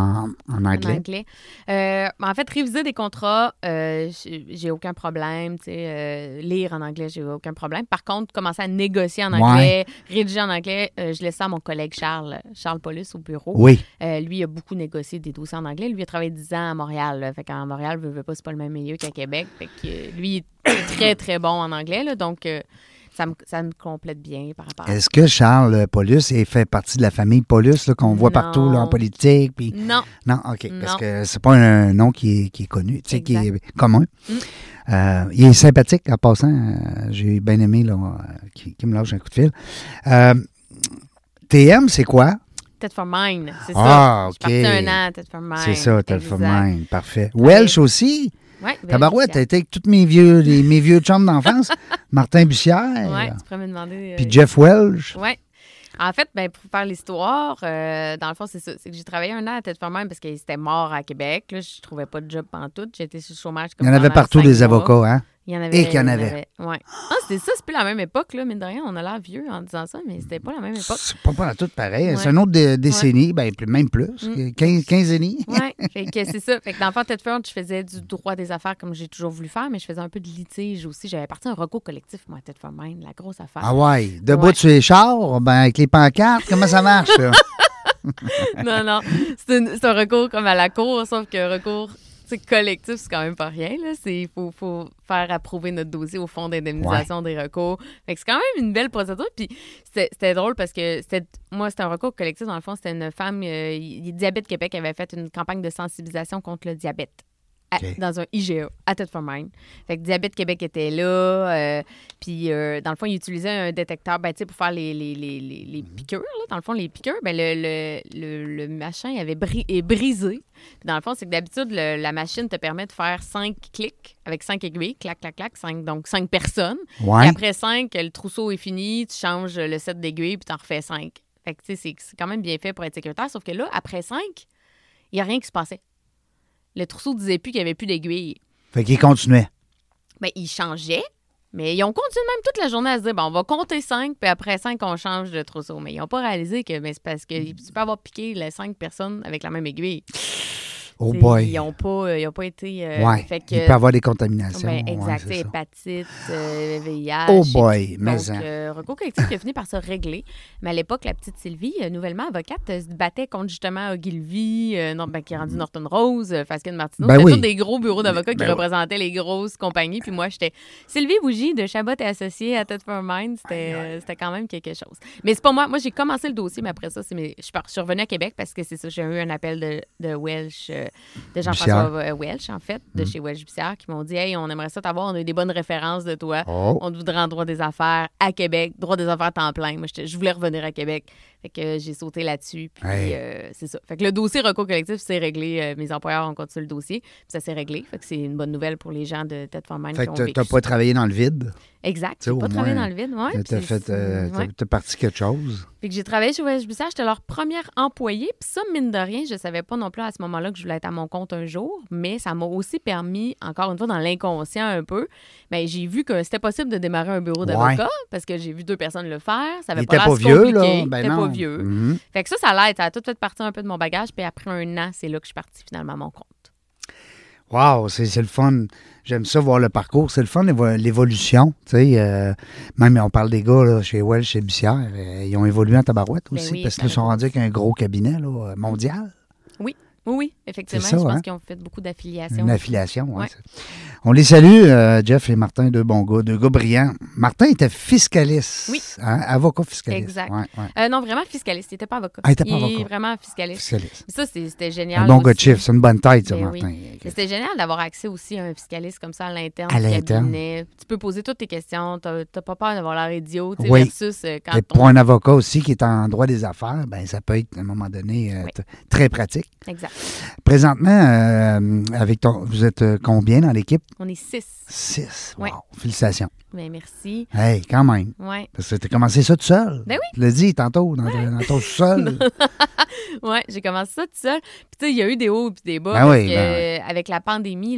anglais? En fait, réviser des contrats, j'ai aucun problème. Tu sais, lire en anglais, j'ai aucun problème. Par contre, commencer à négocier en anglais, rédiger en anglais, je laisse ça à mon collègue Charles Paulus au bureau. Oui. Lui, il a beaucoup négocié des dossiers en anglais. Lui, il a travaillé 10 ans à Montréal. Là. Fait qu'en Montréal, c'est pas le même milieu qu'à Québec. Fait que lui, il est très, très bon en anglais. Là, donc, ça me complète bien par rapport à... Est-ce que Charles Paulus fait partie de la famille Paulus là, qu'on voit partout là, en politique? Puis... Non. Non, OK. Non. Parce que c'est pas un nom qui est connu, tu sais, qui est commun. Il est sympathique en passant. J'ai bien aimé là, qui me lâche un coup de fil. TM, c'est quoi? Ted for Mine, c'est ça. OK. Je suis partie 1 an à Ted for Mine. C'est ça, Ted for Mine. Parfait. Welsh aussi? Oui. Tabarouette, t'as été avec tous mes vieux chums d'enfance. Martin Bussière. Oui, tu pourrais me demander. Puis Jeff Welsh. Oui. En fait, pour faire l'histoire, dans le fond, c'est ça. C'est que j'ai travaillé 1 an à Ted for Mine parce qu'il était mort à Québec. Là, je trouvais pas de job pantoute. J'étais sur le chômage. Il y en avait partout des avocats, hein? Il y en avait. Et qu'il y en avait. Oui. C'est ça, c'est plus la même époque, là, mine de rien. On a l'air vieux en disant ça, mais c'était pas la même époque. C'est pas tout pareil. Ouais. C'est une autre décennie, même plus. 15 années. Oui, fait que c'est ça. Fait que dans le fond, Ted for, je faisais du droit des affaires comme j'ai toujours voulu faire, mais je faisais un peu de litige aussi. J'avais parti un recours collectif, moi, à Ted for Mine, la grosse affaire. Ah ouais. Debout sur les chars, avec les pancartes, comment ça marche, là? Non. C'est un recours comme à la cour, sauf que recours... collectif, c'est quand même pas rien. Il faut faire approuver notre dossier au fonds d'indemnisation des recours. Fait que c'est quand même une belle procédure. Puis c'était drôle parce que c'était un recours collectif. Dans le fond, c'était une femme, Diabète Québec avait fait une campagne de sensibilisation contre le diabète. Dans un IGA, à Tête for Mind. Fait que Diabète Québec était là. Puis, dans le fond, ils utilisaient un détecteur pour faire les piqûres. Là. Dans le fond, les piqûres, le machin est brisé. Puis, dans le fond, c'est que d'habitude, la machine te permet de faire 5 clics avec 5 aiguilles. Clac, clac, clac. 5 personnes. Ouais. Et après 5, le trousseau est fini. Tu changes le set d'aiguilles puis tu en refais 5. Fait que, tu sais, c'est quand même bien fait pour être sécuritaire. Sauf que là, après 5, il n'y a rien qui se passait. Le trousseau disait plus qu'il n'y avait plus d'aiguilles. Fait qu'il continuait. Bien, il changeait, mais ils ont continué même toute la journée à se dire, on va compter 5, puis après 5, on change de trousseau. Mais ils n'ont pas réalisé que c'est parce que tu peux avoir piqué les 5 personnes avec la même aiguille. Oh boy. Ils n'ont pas été... fait que, il peut y avoir des contaminations. Exact. Hépatite, VIH. Oh boy. Donc, recours collectif qui a fini par se régler. Mais à l'époque, la petite Sylvie, nouvellement avocate, se battait contre justement Ogilvy, qui est rendu Norton Rose, Fasken Martineau. C'était tous des gros bureaux d'avocats qui représentaient les grosses compagnies. Puis moi, j'étais Sylvie Bougie de Chabot et Associés à Tête for Mind. C'était quand même quelque chose. Mais c'est pas moi. Moi, j'ai commencé le dossier, mais après ça, je suis revenue à Québec parce que c'est ça. J'ai eu un appel de Welsh... de Jean-François Welch, en fait, de chez Welch Bussière, qui m'ont dit « Hey, on aimerait ça t'avoir, on a eu des bonnes références de toi. On te voudrait en droit des affaires à Québec, droit des affaires temps plein. » Moi, je voulais revenir à Québec. Fait que j'ai sauté là-dessus. Puis c'est ça. Fait que le dossier recours collectif, c'est réglé. Mes employeurs ont continué le dossier. Puis ça s'est réglé. Fait que c'est une bonne nouvelle pour les gens de Tête for Mind. Fait que tu n'as pas travaillé dans le vide. Exact. Tu n'as pas travaillé dans le vide. Ouais, tu as parti quelque chose. Puis que j'ai travaillé chez Welch Bussière. J'étais leur première employée. Puis ça, mine de rien, je ne savais pas non plus à ce moment-là que je voulais être à mon compte un jour. Mais ça m'a aussi permis, encore une fois, dans l'inconscient un peu, bien, j'ai vu que c'était possible de démarrer un bureau d'avocat parce que j'ai vu 2 personnes le faire. Ça avait pas l'air compliqué. Là. Ben non. Pas vieux. Mm-hmm. Fait que ça l'aide. Ça a tout fait partie un peu de mon bagage. Puis après 1 an, c'est là que je suis partie finalement à mon compte. Wow, c'est le fun. J'aime ça, voir le parcours. C'est le fun, l'évolution. Même, on parle des gars là, chez Welch, chez Bussière. Ils ont évolué en tabarouette aussi parce qu'ils sont rendus avec un gros cabinet là, mondial. Oui, effectivement. Je pense qu'ils ont fait beaucoup d'affiliations. Une affiliation, oui. Ouais. On les salue, Jeff et Martin, 2 bons gars, 2 gars brillants. Martin était fiscaliste. Oui. Hein? Avocat fiscaliste. Exact. Ouais. Non, vraiment fiscaliste. Il n'était pas avocat. Il n'était pas avocat. Il est vraiment fiscaliste. Ça, c'était génial. Un bon gars de chiffre. C'est une bonne tête, ça, Martin. Oui. C'était génial d'avoir accès aussi à un fiscaliste comme ça à l'interne du cabinet. Tu peux poser toutes tes questions. Tu n'as pas peur d'avoir l'air idiot. Versus quand et pour un avocat aussi qui est en droit des affaires, ben ça peut être, à un moment donné, très pratique. Exact. Présentement, vous êtes combien dans l'équipe? On est 6. 6. Wow. Ouais. Félicitations. Bien, merci. Hey, quand même. Oui. Parce que tu as commencé ça tout seul. Ben oui. Tu l'as dit tantôt, dans ton sous-sol. Oui, j'ai commencé ça tout seul. Puis, tu sais, il y a eu des hauts et des bas. Avec la pandémie,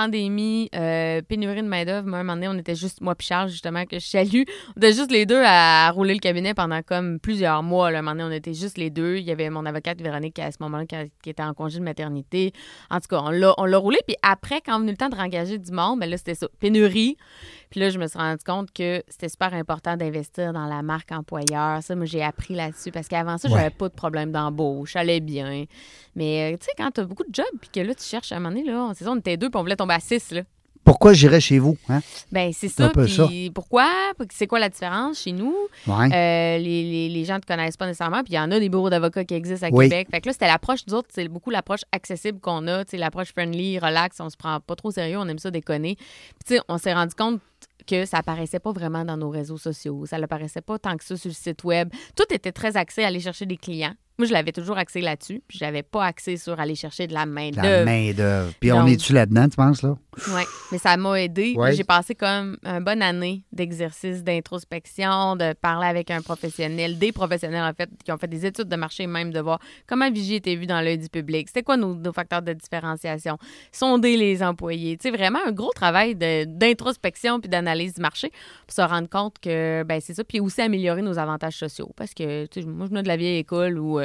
pénurie de main-d'œuvre, à un moment donné, on était juste, moi puis Charles, justement, que je salue. On était juste les deux à rouler le cabinet pendant comme plusieurs mois. Là. À un moment donné, on était juste les deux. Il y avait mon avocate Véronique à ce moment-là qui était en congé de maternité. En tout cas, on l'a roulé. Puis après, quand on a eu le temps de réengager du monde, ben là, c'était ça. Pénurie. Puis là, je me suis rendu compte que c'était super important d'investir dans la marque employeur. Ça, moi, j'ai appris là-dessus parce qu'avant ça, j'avais pas de problème d'embauche. J'allais bien. Mais, tu sais, quand tu as beaucoup de jobs puis que là, tu cherches à un moment donné, là, c'est ça, on était 2 puis on voulait tomber à 6, là. Pourquoi j'irais chez vous? Hein? Bien, c'est ça. Puis pourquoi? C'est quoi la différence chez nous? Ouais. Les gens ne te connaissent pas nécessairement. Puis il y en a des bureaux d'avocats qui existent à Québec. Fait que là, c'était l'approche, nous autres, c'est beaucoup l'approche accessible qu'on a. L'approche friendly, relax, on se prend pas trop sérieux, on aime ça déconner. Puis tu sais, on s'est rendu compte que ça apparaissait pas vraiment dans nos réseaux sociaux. Ça n'apparaissait pas tant que ça sur le site web. Tout était très axé à aller chercher des clients. Moi, je l'avais toujours axé là-dessus, puis je n'avais pas axé sur aller chercher de la main-d'œuvre. La main-d'œuvre. Puis on est-tu là-dedans, tu penses, là? Oui, mais ça m'a aidé. J'ai passé comme une bonne année d'exercice, d'introspection, de parler avec un professionnel, des professionnels, en fait, qui ont fait des études de marché, même de voir comment Vigie était vu dans l'œil du public. C'était quoi nos facteurs de différenciation? Sonder les employés. Tu sais, vraiment un gros travail d'introspection puis d'analyse du marché pour se rendre compte que, ben c'est ça. Puis aussi améliorer nos avantages sociaux. Parce que, tu sais, moi, je venais de la vieille école où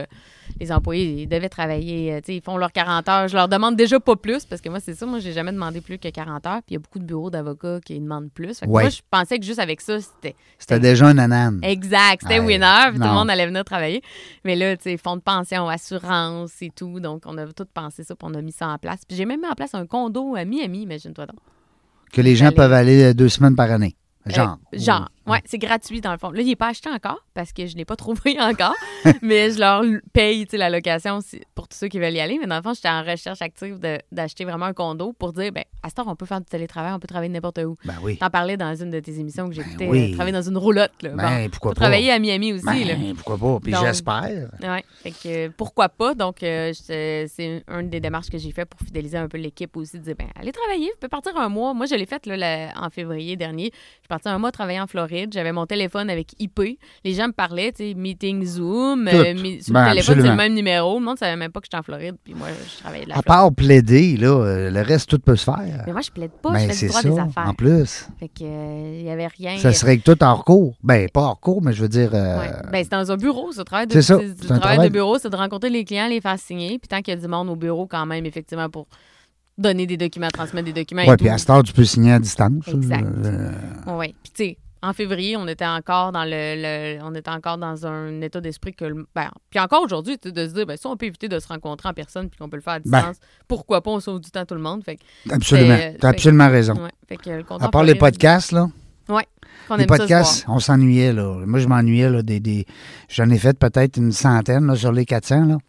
les employés, ils devaient travailler, ils font leurs 40 heures. Je leur demande déjà pas plus, parce que moi, c'est ça, moi, j'ai jamais demandé plus que 40 heures, puis il y a beaucoup de bureaux d'avocats qui demandent plus. Fait que moi, je pensais que juste avec ça, c'était déjà un ananas. Exact, c'était winner, puis tout le monde allait venir travailler. Mais là, fonds de pension, assurance et tout, donc on a tout pensé ça, puis on a mis ça en place. Puis j'ai même mis en place un condo à Miami, imagine-toi donc. Que les gens peuvent aller 2 semaines par année. Genre. Oui, c'est gratuit dans le fond. Là, il n'est pas acheté encore parce que je ne l'ai pas trouvé encore, mais je leur paye la location pour tous ceux qui veulent y aller. Mais dans le fond, j'étais en recherche active d'acheter vraiment un condo pour dire, à cette heure, on peut faire du télétravail, on peut travailler n'importe où. Ben oui. T'en parlais dans une de tes émissions que j'écoutais, travailler dans une roulotte. Là. Pourquoi pas? Travailler à Miami aussi. Pourquoi pas? Puis donc, j'espère. Oui, fait que pourquoi pas? Donc, c'est une des démarches que j'ai fait pour fidéliser un peu l'équipe aussi, de dire, allez travailler, vous pouvez partir un mois. Moi, je l'ai fait en février dernier. Je suis partie un mois travailler en Floride. J'avais mon téléphone avec IP. Les gens me parlaient, meeting Zoom. Sur le téléphone, c'est le même numéro. Le monde ne savait même pas que j'étais en Floride. Puis moi, je travaillais de la Floride. À part plaider, là, le reste, tout peut se faire. Mais moi, je plaide pas. Je fais du droit des affaires. En plus. Fait que, il n'y avait rien. Ça serait que tout hors cours. Pas hors cours, mais je veux dire. C'est dans un bureau. Ce travail de bureau, c'est de rencontrer les clients, les faire signer. Puis tant qu'il y a du monde au bureau, quand même, effectivement, pour donner des documents, transmettre des documents. Oui, puis à cette heure, tu peux signer à distance. Exact. Oui. Puis, tu sais, en février, on était encore dans on était encore dans un état d'esprit que puis encore aujourd'hui, de se dire si on peut éviter de se rencontrer en personne puis qu'on peut le faire à distance, pourquoi pas, on sauve du temps à tout le monde. Fait que, absolument. Tu as absolument raison. Ouais, fait que, à part les podcasts, là. Oui. Les podcasts, on s'ennuyait, là. Moi, je m'ennuyais, là, j'en ai fait peut-être une centaine, là, sur les 400, là.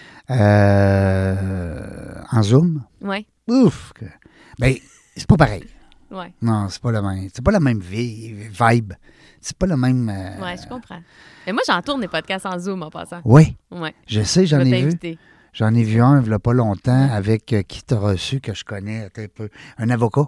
En Zoom. Oui. Ouf! C'est pas pareil. Ouais. Non, c'est pas le même. C'est pas la même vibe. C'est pas le même. Oui, je comprends. Mais moi, j'en tourne des podcasts en Zoom en passant. Oui. Ouais. Je sais, j'en ai vu. J'en ai vu un il n'y a pas longtemps avec qui t'a reçu, que je connais un peu. Un avocat.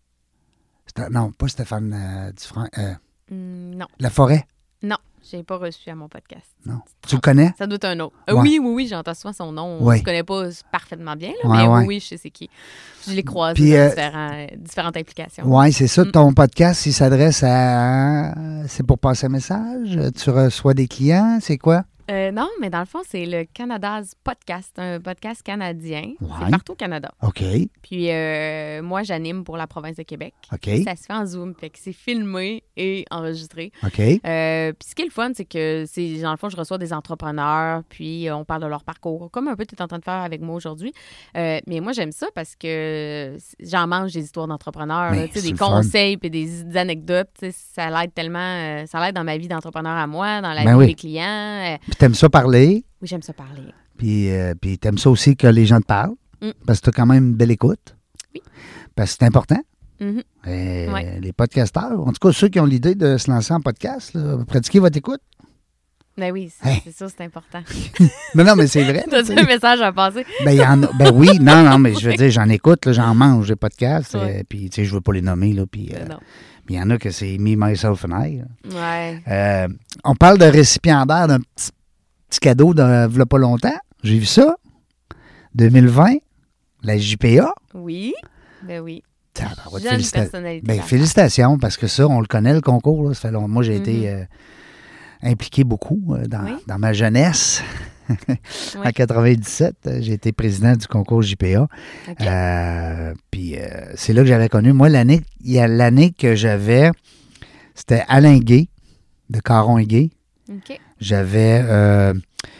Non, pas Stéphane Dufresne. Non. La Forêt. Non, je n'ai pas reçu à mon podcast. Non. Tu le connais? Ça doit être un autre. Ouais. Oui, j'entends souvent son nom. Ouais. On ne se connaît pas parfaitement bien, là, mais oui, je sais c'est qui. Je l'ai croisé dans différentes implications. Oui, c'est ça. Ton podcast, il s'adresse à... C'est pour passer un message? Tu reçois des clients? C'est quoi? Non, mais dans le fond, c'est le Canada's Podcast, un podcast canadien. Ouais. C'est partout au Canada. OK. Puis moi, j'anime pour la province de Québec. OK. Ça se fait en Zoom, fait que c'est filmé et enregistré. OK. Puis ce qui est le fun, c'est que dans le fond, je reçois des entrepreneurs, puis on parle de leur parcours, comme un peu tu es en train de faire avec moi aujourd'hui. Mais moi, j'aime ça parce que j'en mange des histoires d'entrepreneurs, là, des conseils puis des anecdotes. Ça l'aide tellement, ça l'aide dans ma vie d'entrepreneur à moi, dans la vie des clients. Puis t'aimes ça parler. Oui, j'aime ça parler. Puis t'aimes ça aussi que les gens te parlent. Parce que t'as quand même une belle écoute. Oui. Parce que c'est important. Mm-hmm. Les podcasteurs, en tout cas ceux qui ont l'idée de se lancer en podcast, là, pratiquer votre écoute. Ben oui, c'est ça, c'est important. non, mais c'est vrai. T'as-tu un message à passer? Ben, y en a, oui, non, mais je veux dire, j'en écoute, là, j'en mange des podcasts. Puis, tu sais, je veux pas les nommer, là. Puis, il y en a que c'est Me, Myself and I. Ouais. On parle de récipiendaire d'un petit cadeau il n'y a pas longtemps. J'ai vu ça. 2020, la JPA. Oui, ben oui. Jeune personnalité. Félicitations, parce que ça, on le connaît, le concours. Là. Ça fait moi, j'ai été impliqué beaucoup dans ma jeunesse. En 97, j'ai été président du concours JPA. Okay. Puis c'est là que j'avais connu. Moi, l'année que j'avais, c'était Alain Gay, de Caron et Gay. Okay. J'avais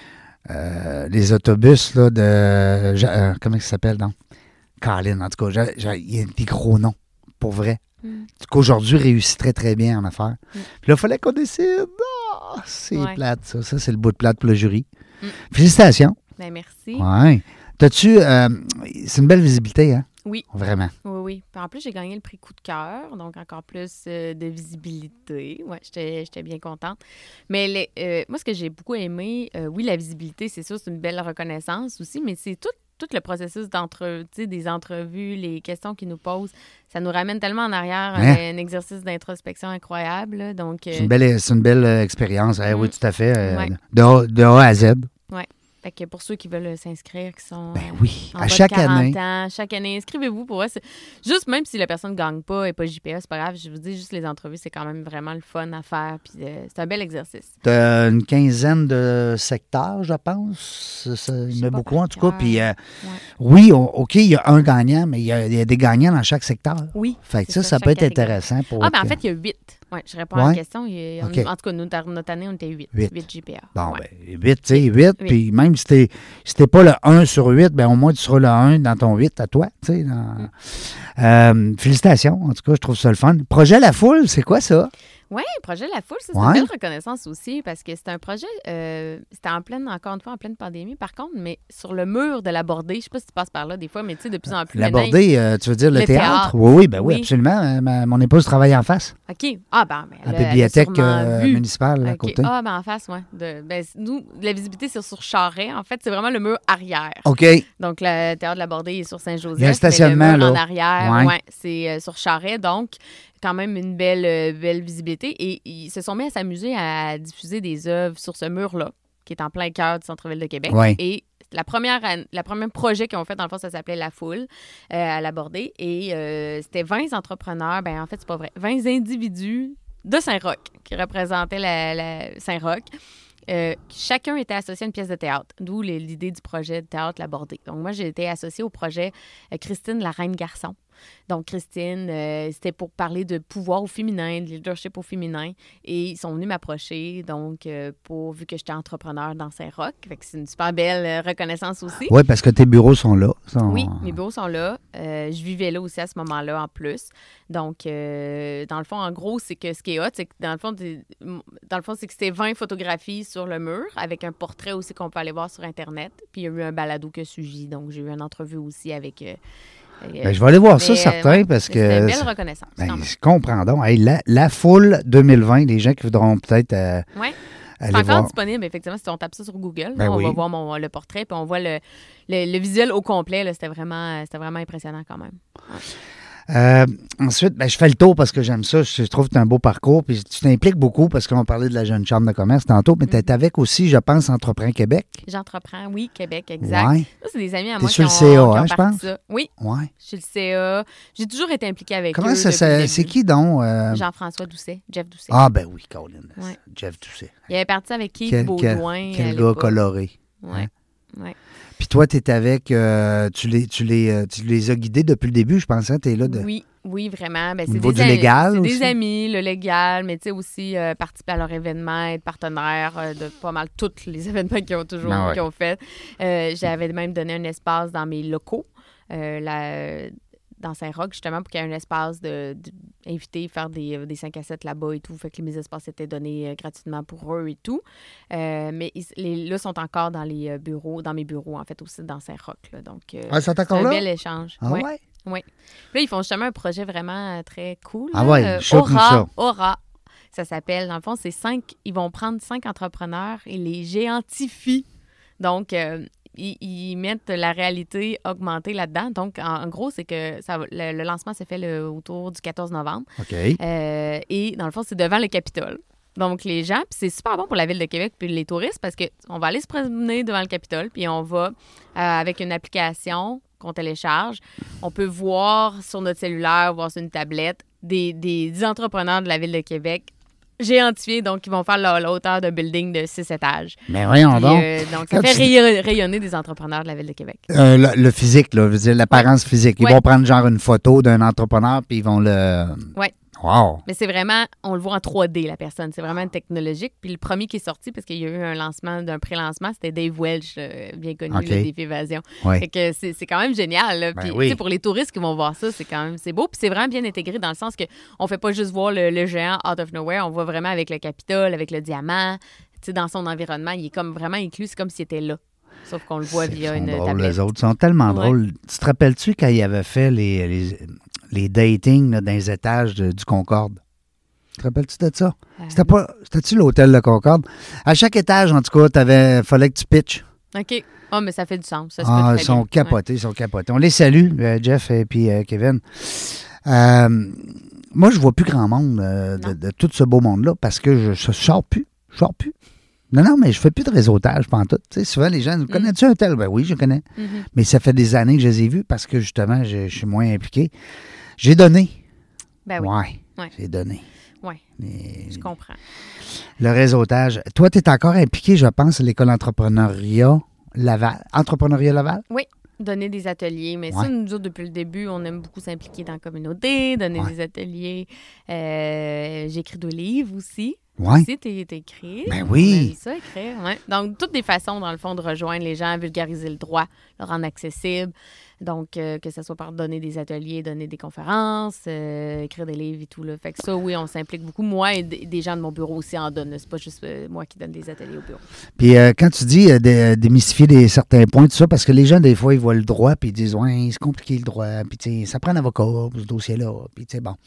les autobus là, de... comment ça s'appelle, donc? Colin, en tout cas. Il y a des gros noms, pour vrai. Qu'aujourd'hui réussit très, très bien en affaires. Puis là, il fallait qu'on décide. C'est plate, ça. Ça, c'est le bout de plate pour le jury. Félicitations. Ben, merci. Oui. T'as-tu... c'est une belle visibilité, hein? Oui. Vraiment. Oui. Puis en plus, j'ai gagné le prix Coup de cœur, donc encore plus de visibilité. Oui, j'étais bien contente. Mais moi, ce que j'ai beaucoup aimé, oui, la visibilité, c'est sûr, c'est une belle reconnaissance aussi, mais c'est tout le processus des entrevues, les questions qu'ils nous posent, ça nous ramène tellement en arrière un exercice d'introspection incroyable. Là, donc, c'est une belle expérience. Oui, tout à fait. De A à Z. Oui. Fait que pour ceux qui veulent s'inscrire, qui sont à chaque année. Chaque année, inscrivez-vous pour vrai. Juste même si la personne ne gagne pas et pas JPA, c'est pas grave. Je vous dis, juste les entrevues, c'est quand même vraiment le fun à faire. Puis c'est un bel exercice. Tu as une quinzaine de secteurs, je pense. Il y en a beaucoup, en tout cas. Puis oui, OK, il y a un gagnant, mais il y a des gagnants dans chaque secteur. Oui. Fait que ça peut être intéressant pour. En fait, il y a 8. Oui, je réponds à la question. En tout cas, notre année, on était 8 JPA. Bon, 8, tu sais, 8. Puis même si t'es pas le 1 sur 8, ben au moins tu seras le 1 dans ton 8 à toi. Tu sais. Félicitations. En tout cas, je trouve ça le fun. Projet La Foule, c'est quoi ça? Oui, projet La Foule, c'est une belle reconnaissance aussi parce que c'est un projet, c'était encore une fois, en pleine pandémie par contre, mais sur le mur de la Bordée, je ne sais pas si tu passes par là des fois, mais tu sais, de plus en plus. La Bordée, tu veux dire le théâtre? Oui, absolument. Mon épouse travaille en face. OK. La bibliothèque municipale à côté. En face, oui. Nous, la visibilité, c'est sur Charest. En fait, c'est vraiment le mur arrière. OK. Donc, le théâtre de la Bordée est sur Saint-Joseph. Il y a un stationnement, le mur là. en arrière, c'est sur Charest. Donc, quand même une belle visibilité. Et ils se sont mis à s'amuser à diffuser des œuvres sur ce mur-là, qui est en plein cœur du centre-ville de Québec. Ouais. Et la première projet qu'ils ont fait, dans le fond, ça s'appelait La Foule, à la Bordée. Et c'était 20 entrepreneurs, en fait, c'est pas vrai, 20 individus de Saint-Roch qui représentaient la Saint-Roch. Chacun était associé à une pièce de théâtre, d'où l'idée du projet de théâtre La Bordée. Donc, moi, j'ai été associée au projet Christine, la Reine Garçon. Donc, Christine, c'était pour parler de pouvoir au féminin, de leadership au féminin. Et ils sont venus m'approcher, donc, vu que j'étais entrepreneur dans Saint-Roch. Fait que c'est une super belle reconnaissance aussi. Oui, parce que tes bureaux sont là. Oui, mes bureaux sont là. Je vivais là aussi à ce moment-là, en plus. Donc, dans le fond, en gros, c'est que ce qui est hot, c'est que dans le fond, c'est que c'était 20 photographies sur le mur, avec un portrait aussi qu'on peut aller voir sur Internet. Puis, il y a eu un balado que suivi. Donc, j'ai eu une entrevue aussi avec... je vais aller voir ça, certain, parce que... C'est une belle reconnaissance. Je comprends donc. Hey, la Foule 2020, les gens qui voudront peut-être aller c'est encore disponible, effectivement. Si on tape ça sur Google, on va voir le portrait, puis on voit le visuel au complet. Là, c'était vraiment impressionnant quand même. Ouais. Ensuite, je fais le tour parce que j'aime ça. Je trouve que tu as un beau parcours. Puis tu t'impliques beaucoup parce qu'on parlait de la jeune chambre de commerce tantôt, mais tu es avec aussi, je pense, Entreprends Québec. J'entreprends, oui, Québec, exact. Ouais. Ça, c'est des amis à moi qui ont sur le CA, je pense. Ça. Oui, ouais. Je suis le CA. J'ai toujours été impliquée avec eux. Comment c'est qui donc? Jean-François Doucet, Jeff Doucet. Ah, ben oui, Colin. Ouais. Jeff Doucet. Il avait parti avec Keith Baudouin. Quel gars coloré. Oui, hein? oui. Puis toi, tu es avec, tu les as guidés depuis le début, je pense, hein? Tu es là de... Oui, vraiment. Au niveau du légal aussi? C'est des amis, le légal, mais tu sais aussi participer à leur événement, être partenaire de pas mal tous les événements qu'ils ont fait. J'avais même donné un espace dans mes locaux, dans Saint-Roch, justement, pour qu'il y ait un espace d'inviter, faire des 5 à 7 là-bas et tout. Fait que mes espaces étaient donnés gratuitement pour eux et tout. Mais là, sont encore dans mes bureaux, en fait, aussi dans Saint-Roch. Là. Donc, c'est encore un là? bel échange. Ah ouais? Oui. Là, ils font justement un projet vraiment très cool. Ah ouais, ça. Aura. Ça s'appelle, dans le fond, ils vont prendre 5 entrepreneurs et les géantifient. Donc, ils mettent la réalité augmentée là-dedans. Donc, en gros, c'est que le lancement s'est fait autour du 14 novembre. OK. Et dans le fond, c'est devant le Capitole. Donc, les gens, puis c'est super bon pour la Ville de Québec puis les touristes parce qu'on va aller se promener devant le Capitole puis on va, avec une application qu'on télécharge, on peut voir sur notre cellulaire, voir sur une tablette, des entrepreneurs de la Ville de Québec géantifiés, donc ils vont faire la hauteur d'un building de 6 étages. Mais voyons donc. Donc, ça fait rayonner des entrepreneurs de la Ville de Québec. Le physique, là, je veux dire, l'apparence physique. Ils vont prendre genre une photo d'un entrepreneur puis ils vont le... Oui. Wow! Mais c'est vraiment, on le voit en 3D, la personne. C'est vraiment technologique. Puis le premier qui est sorti, parce qu'il y a eu un lancement d'un pré-lancement, c'était Dave Welch, bien connu, le Défi Évasion. Ouais. Fait que c'est quand même génial. Là. Puis, pour les touristes qui vont voir ça, c'est beau. Puis c'est vraiment bien intégré dans le sens qu'on fait pas juste voir le géant out of nowhere, on voit vraiment avec le Capitole, avec le diamant. Dans son environnement, il est comme vraiment inclus. C'est comme s'il était là. Sauf qu'on le voit via une tablette. Les autres sont tellement drôles. Tu te rappelles-tu quand il avait fait les datings là, dans les étages du Concorde? Te rappelles-tu de ça? C'était-tu l'hôtel de Concorde? À chaque étage, en tout cas, fallait que tu pitches. OK. Ah, mais ça fait du sens. Ça, ils sont capotés, ils sont capotés. On les salue, Jeff et puis Kevin. Moi, je vois plus grand monde de tout ce beau monde-là parce que je sors plus. Non, mais je fais plus de réseautage pantoute. Tu sais, souvent, les gens, connais-tu un tel? Ben oui, je connais. Mm-hmm. Mais ça fait des années que je les ai vus parce que, justement, je suis moins impliqué. J'ai donné. Ben oui. Ouais. J'ai donné. Oui, je comprends. Le réseautage. Toi, tu es encore impliqué, je pense, à l'École d'entrepreneuriat Laval. Entrepreneuriat Laval? Oui. Donner des ateliers. Mais ça, nous autres, depuis le début, on aime beaucoup s'impliquer dans la communauté, donner des ateliers. J'ai écrit 2 livres aussi. Oui. Aussi, t'es écrit. Ben oui. On aime ça, écrire. Ouais. Donc, toutes des façons, dans le fond, de rejoindre les gens, vulgariser le droit, le rendre accessible. Donc, que ce soit par donner des ateliers, donner des conférences, écrire des livres et tout. Là. Fait que ça, oui, on s'implique beaucoup. Moi et des gens de mon bureau aussi en donnent. C'est pas juste moi qui donne des ateliers au bureau. Puis quand tu dis démystifier certains points, tout ça, parce que les gens, des fois, ils voient le droit, puis ils disent, ouais, c'est compliqué le droit, puis tu sais, ça prend un avocat pour ce dossier-là, puis tu sais, bon.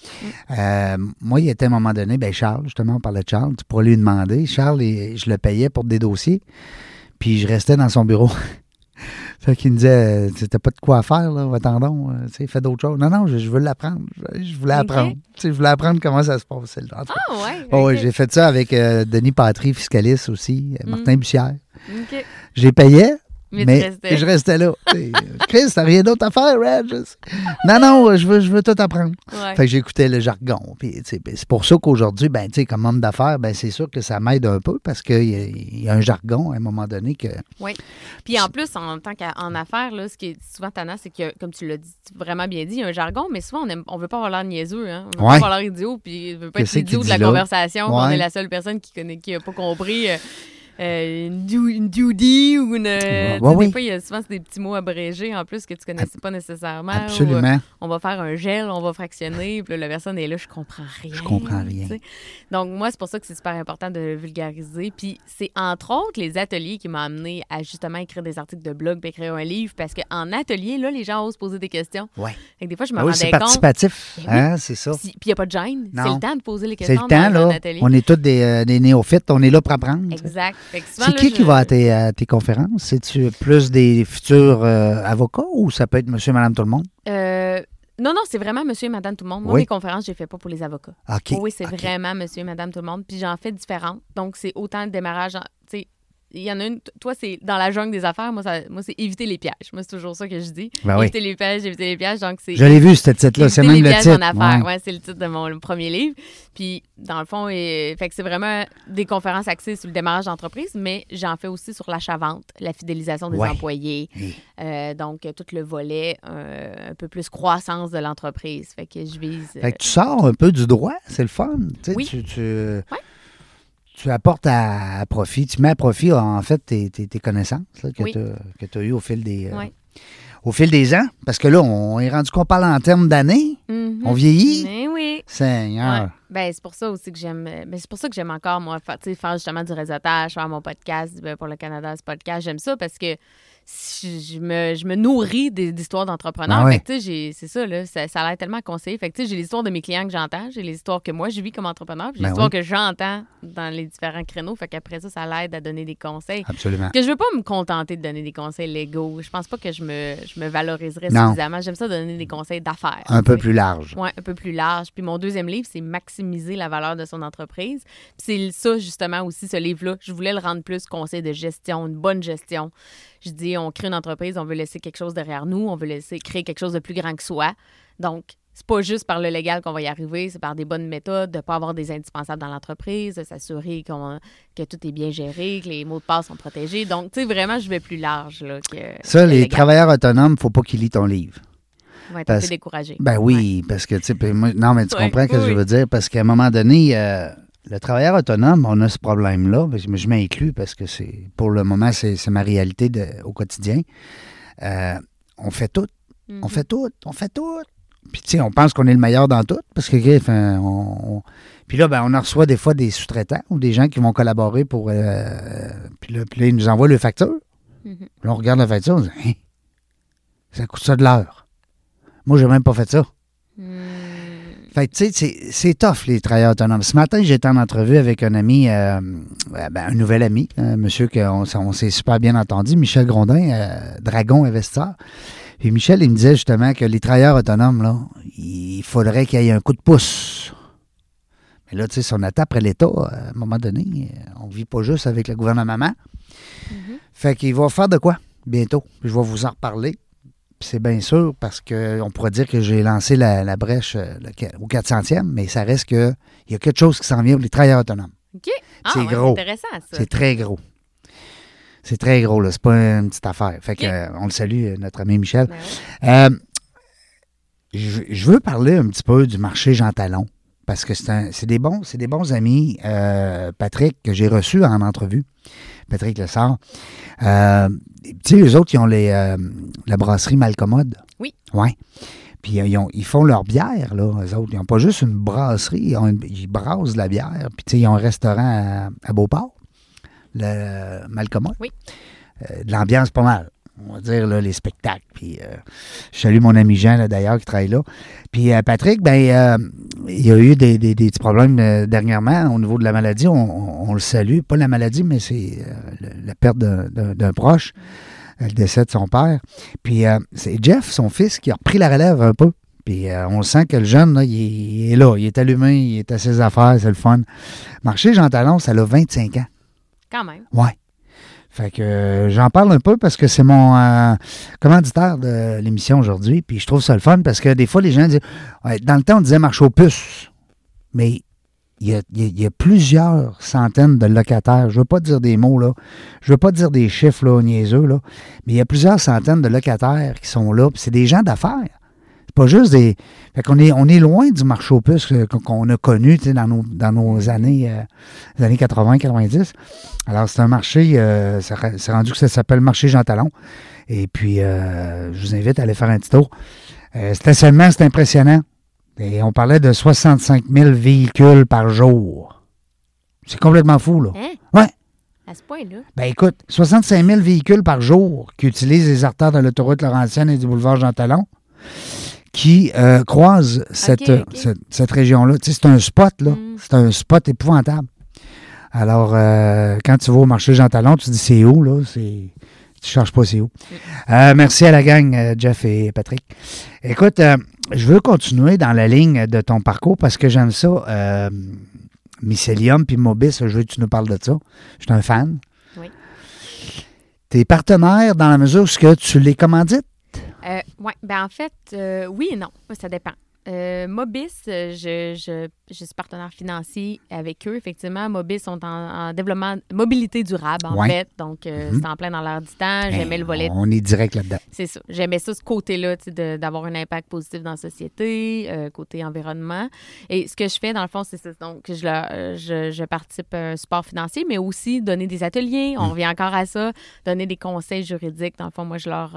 Moi, il y a un moment donné, Charles, justement, on parlait de Charles, tu pourrais lui demander. Charles, je le payais pour des dossiers, puis je restais dans son bureau. Fait qu'il me disait, t'as pas de quoi faire, là, attendons, fais d'autres choses. Non, je veux l'apprendre. Je voulais apprendre. Je voulais apprendre comment ça se passe. Oui, j'ai fait ça avec Denis Patry, fiscaliste aussi, Martin Bussière. OK. Je les payais, mais je restais là. Chris, t'as rien d'autre à faire, Reg? Non, je veux tout apprendre. Ouais. Fait que j'écoutais le jargon. Puis, c'est pour ça qu'aujourd'hui, comme homme d'affaires, c'est sûr que ça m'aide un peu parce qu'il y a un jargon à un moment donné que... Oui. Puis en plus, en tant qu'en affaires, là, ce qui est souvent tannant, c'est que, comme tu l'as dit, vraiment bien dit, il y a un jargon, mais souvent, on veut pas avoir l'air niaiseux. Hein? On veut pas avoir l'air idiot, puis on veut pas être l'idiot de la conversation. On est la seule personne qui n'a pas compris... une duty ou une... Des fois, il y a souvent des petits mots abrégés en plus que tu connaissais pas nécessairement. Absolument. On va faire un gel, on va fractionner, puis là, la personne est là, je comprends rien. Je comprends rien. T'sais. Donc, moi, c'est pour ça que c'est super important de vulgariser. Puis, c'est entre autres les ateliers qui m'ont amené à justement écrire des articles de blog puis écrire un livre parce qu'en atelier, là, les gens osent poser des questions. Oui. Fait que des fois, je me rendais compte... c'est participatif, c'est ça. Puis, il n'y a pas de gêne. Non. C'est le temps de poser les questions dans un atelier. On est tous des néophytes, on est là pour apprendre. Exact. C'est qui va à tes conférences? C'est-tu plus des futurs avocats ou ça peut être monsieur et madame tout le monde? Non, c'est vraiment monsieur et madame tout le monde. Moi, mes conférences, je les fais pas pour les avocats. OK. Oui, c'est vraiment monsieur et madame tout le monde. Puis j'en fais différentes. Donc, c'est autant le démarrage... Tu sais, il y en a une... Toi, c'est dans la jungle des affaires. Moi, c'est éviter les pièges. Moi, c'est toujours ça que je dis. Éviter les pièges. Donc, c'est... Je l'ai vu, ce titre-là. C'est même le titre. En affaires. Ouais, c'est le titre de mon premier livre. Puis, dans le fond, fait que c'est vraiment des conférences axées sur le démarrage d'entreprise, mais j'en fais aussi sur l'achat-vente, la fidélisation des employés. Donc, tout le volet un peu plus croissance de l'entreprise. Fait que je vise... Fait que tu sors un peu du droit. C'est le fun. Oui. Tu apportes à profit, tu mets à profit, en fait, tes connaissances là, que tu as eues au fil des ans. Parce que là, on est rendu qu'on parle en termes d'années. Mm-hmm. On vieillit. Mais oui. Seigneur. Ouais. C'est pour ça aussi que j'aime... c'est pour ça que j'aime encore, moi, faire justement du réseautage, faire mon podcast pour le Canada, ce podcast. J'aime ça parce que je me nourris d'histoires d'entrepreneurs. Fait que, c'est ça, là, ça a l'air tellement conseillé. Fait que, j'ai les histoires de mes clients que j'entends, j'ai les histoires que moi, je vis comme entrepreneur, puis j'ai les histoires que j'entends dans les différents créneaux. Fait qu'après ça l'aide à donner des conseils. Absolument. Que je veux pas me contenter de donner des conseils légaux. Je pense pas que je me valoriserais suffisamment. J'aime ça donner des conseils d'affaires. Un peu plus large. Oui, un peu plus large. Puis mon deuxième livre, c'est maximiser la valeur de son entreprise. Puis c'est ça, justement, aussi, ce livre-là. Je voulais le rendre plus conseil de gestion, une bonne gestion. Je dis, on crée une entreprise, on veut laisser quelque chose derrière nous, on veut créer quelque chose de plus grand que soi. Donc, c'est pas juste par le légal qu'on va y arriver, c'est par des bonnes méthodes, de ne pas avoir des indispensables dans l'entreprise, de s'assurer que tout est bien géré, que les mots de passe sont protégés. Donc, tu sais, vraiment, je vais plus large là, que ça, les travailleurs autonomes, il ne faut pas qu'ils lisent ton livre. Oui, t'es un peu découragé. Ben oui, parce que, tu sais, non, mais tu comprends ce que je veux dire, parce qu'à un moment donné... le travailleur autonome, on a ce problème-là, mais je m'inclus parce que pour le moment, c'est ma réalité au quotidien. On fait tout. Mm-hmm. On fait tout. Puis, tu sais, on pense qu'on est le meilleur dans tout parce que, puis là, on en reçoit des fois des sous-traitants ou des gens qui vont collaborer pour... puis là, ils nous envoient le facture. Mm-hmm. Là, on regarde la facture, on dit, hein, ça coûte ça de l'heure. Moi, j'ai même pas fait ça. Fait que, tu sais, c'est tough, les travailleurs autonomes. Ce matin, j'étais en entrevue avec un ami, un nouvel ami, un monsieur qu'on s'est super bien entendu, Michel Grondin, Dragon Investisseur. Puis Michel, il me disait justement que les travailleurs autonomes, là, il faudrait qu'il y ait un coup de pouce. Mais là, tu sais, si on attend après l'État, à un moment donné, on ne vit pas juste avec le gouvernement. Fait qu'il va faire de quoi bientôt? Je vais vous en reparler. Puis c'est bien sûr parce qu'on pourrait dire que j'ai lancé la brèche au 400e, mais ça reste qu'il y a quelque chose qui s'en vient pour les travailleurs autonomes. OK. C'est gros. C'est intéressant, ça. C'est très gros. C'est très gros, là. C'est pas une petite affaire. Fait que, on le salue, notre ami Michel. Ben Je veux parler un petit peu du marché Jean Talon. Parce que c'est des bons amis. Patrick, que j'ai reçu en entrevue. Patrick Lessard. Tu sais, eux autres, ils ont la brasserie Malcommode. Oui. Oui. Puis ils font leur bière, là, eux autres. Ils n'ont pas juste une brasserie, ils brassent de la bière. Puis, tu sais, ils ont un restaurant à Beauport, le Malcommode. Oui. De l'ambiance pas mal. On va dire, là, les spectacles. Puis, je salue mon ami Jean, là, d'ailleurs, qui travaille là. Puis, Patrick, ben, il y a eu des petits problèmes dernièrement au niveau de la maladie. On le salue. Pas la maladie, mais c'est la perte d'un proche, le décès de son père. Puis, c'est Jeff, son fils, qui a repris la relève un peu. Puis, on sent que le jeune, là, il est là. Il est allumé, il est à ses affaires, c'est le fun. Marché Jean Talon, ça a 25 ans. Quand même. Oui. Fait que j'en parle un peu parce que c'est mon commanditaire de l'émission aujourd'hui. Puis je trouve ça le fun parce que des fois, les gens disent... Ouais, dans le temps, on disait marché aux puces. Mais il y a plusieurs centaines de locataires. Je ne veux pas dire des mots, là. Je ne veux pas dire des chiffres, là, niaiseux, là. Mais il y a plusieurs centaines de locataires qui sont là. Puis c'est des gens d'affaires. C'est pas juste des... Fait qu'on on est loin du marché aux puces qu'on a connu, tu sais, dans nos années, les années 80-90. Alors, c'est un marché, c'est rendu que ça s'appelle Marché Jean Talon. Et puis, je vous invite à aller faire un petit tour. Stationnement, c'est impressionnant. Et on parlait de 65 000 véhicules par jour. C'est complètement fou, là. Hein? Ouais. À ce point-là? Ben écoute, 65 000 véhicules par jour qui utilisent les artères de l'autoroute Laurentienne et du boulevard Jean Talon, qui croisent cette région-là. Tu sais, c'est un spot, là. C'est un spot épouvantable. Alors, quand tu vas au marché Jean Talon, tu te dis c'est où, là? Tu ne cherches pas c'est où. Merci à la gang, Jeff et Patrick. Écoute, je veux continuer dans la ligne de ton parcours parce que j'aime ça. Mycelium puis Mobis, je veux que tu nous parles de ça. Je suis un fan. Oui. Tu es partenaire dans la mesure où tu les commandites? Oui, ben en fait, oui et non. Ça dépend. Mobis, je suis partenaire financier avec eux. Effectivement, Mobis sont en développement, mobilité durable, en fait. Donc, c'est en plein dans l'air du temps. J'aimais le volet. On est direct là-dedans. C'est ça. J'aimais ça, ce côté-là, d'avoir un impact positif dans la société, côté environnement. Et ce que je fais, dans le fond, c'est ça. Donc, je participe à un support financier, mais aussi donner des ateliers. On revient encore à ça. Donner des conseils juridiques. Dans le fond, moi,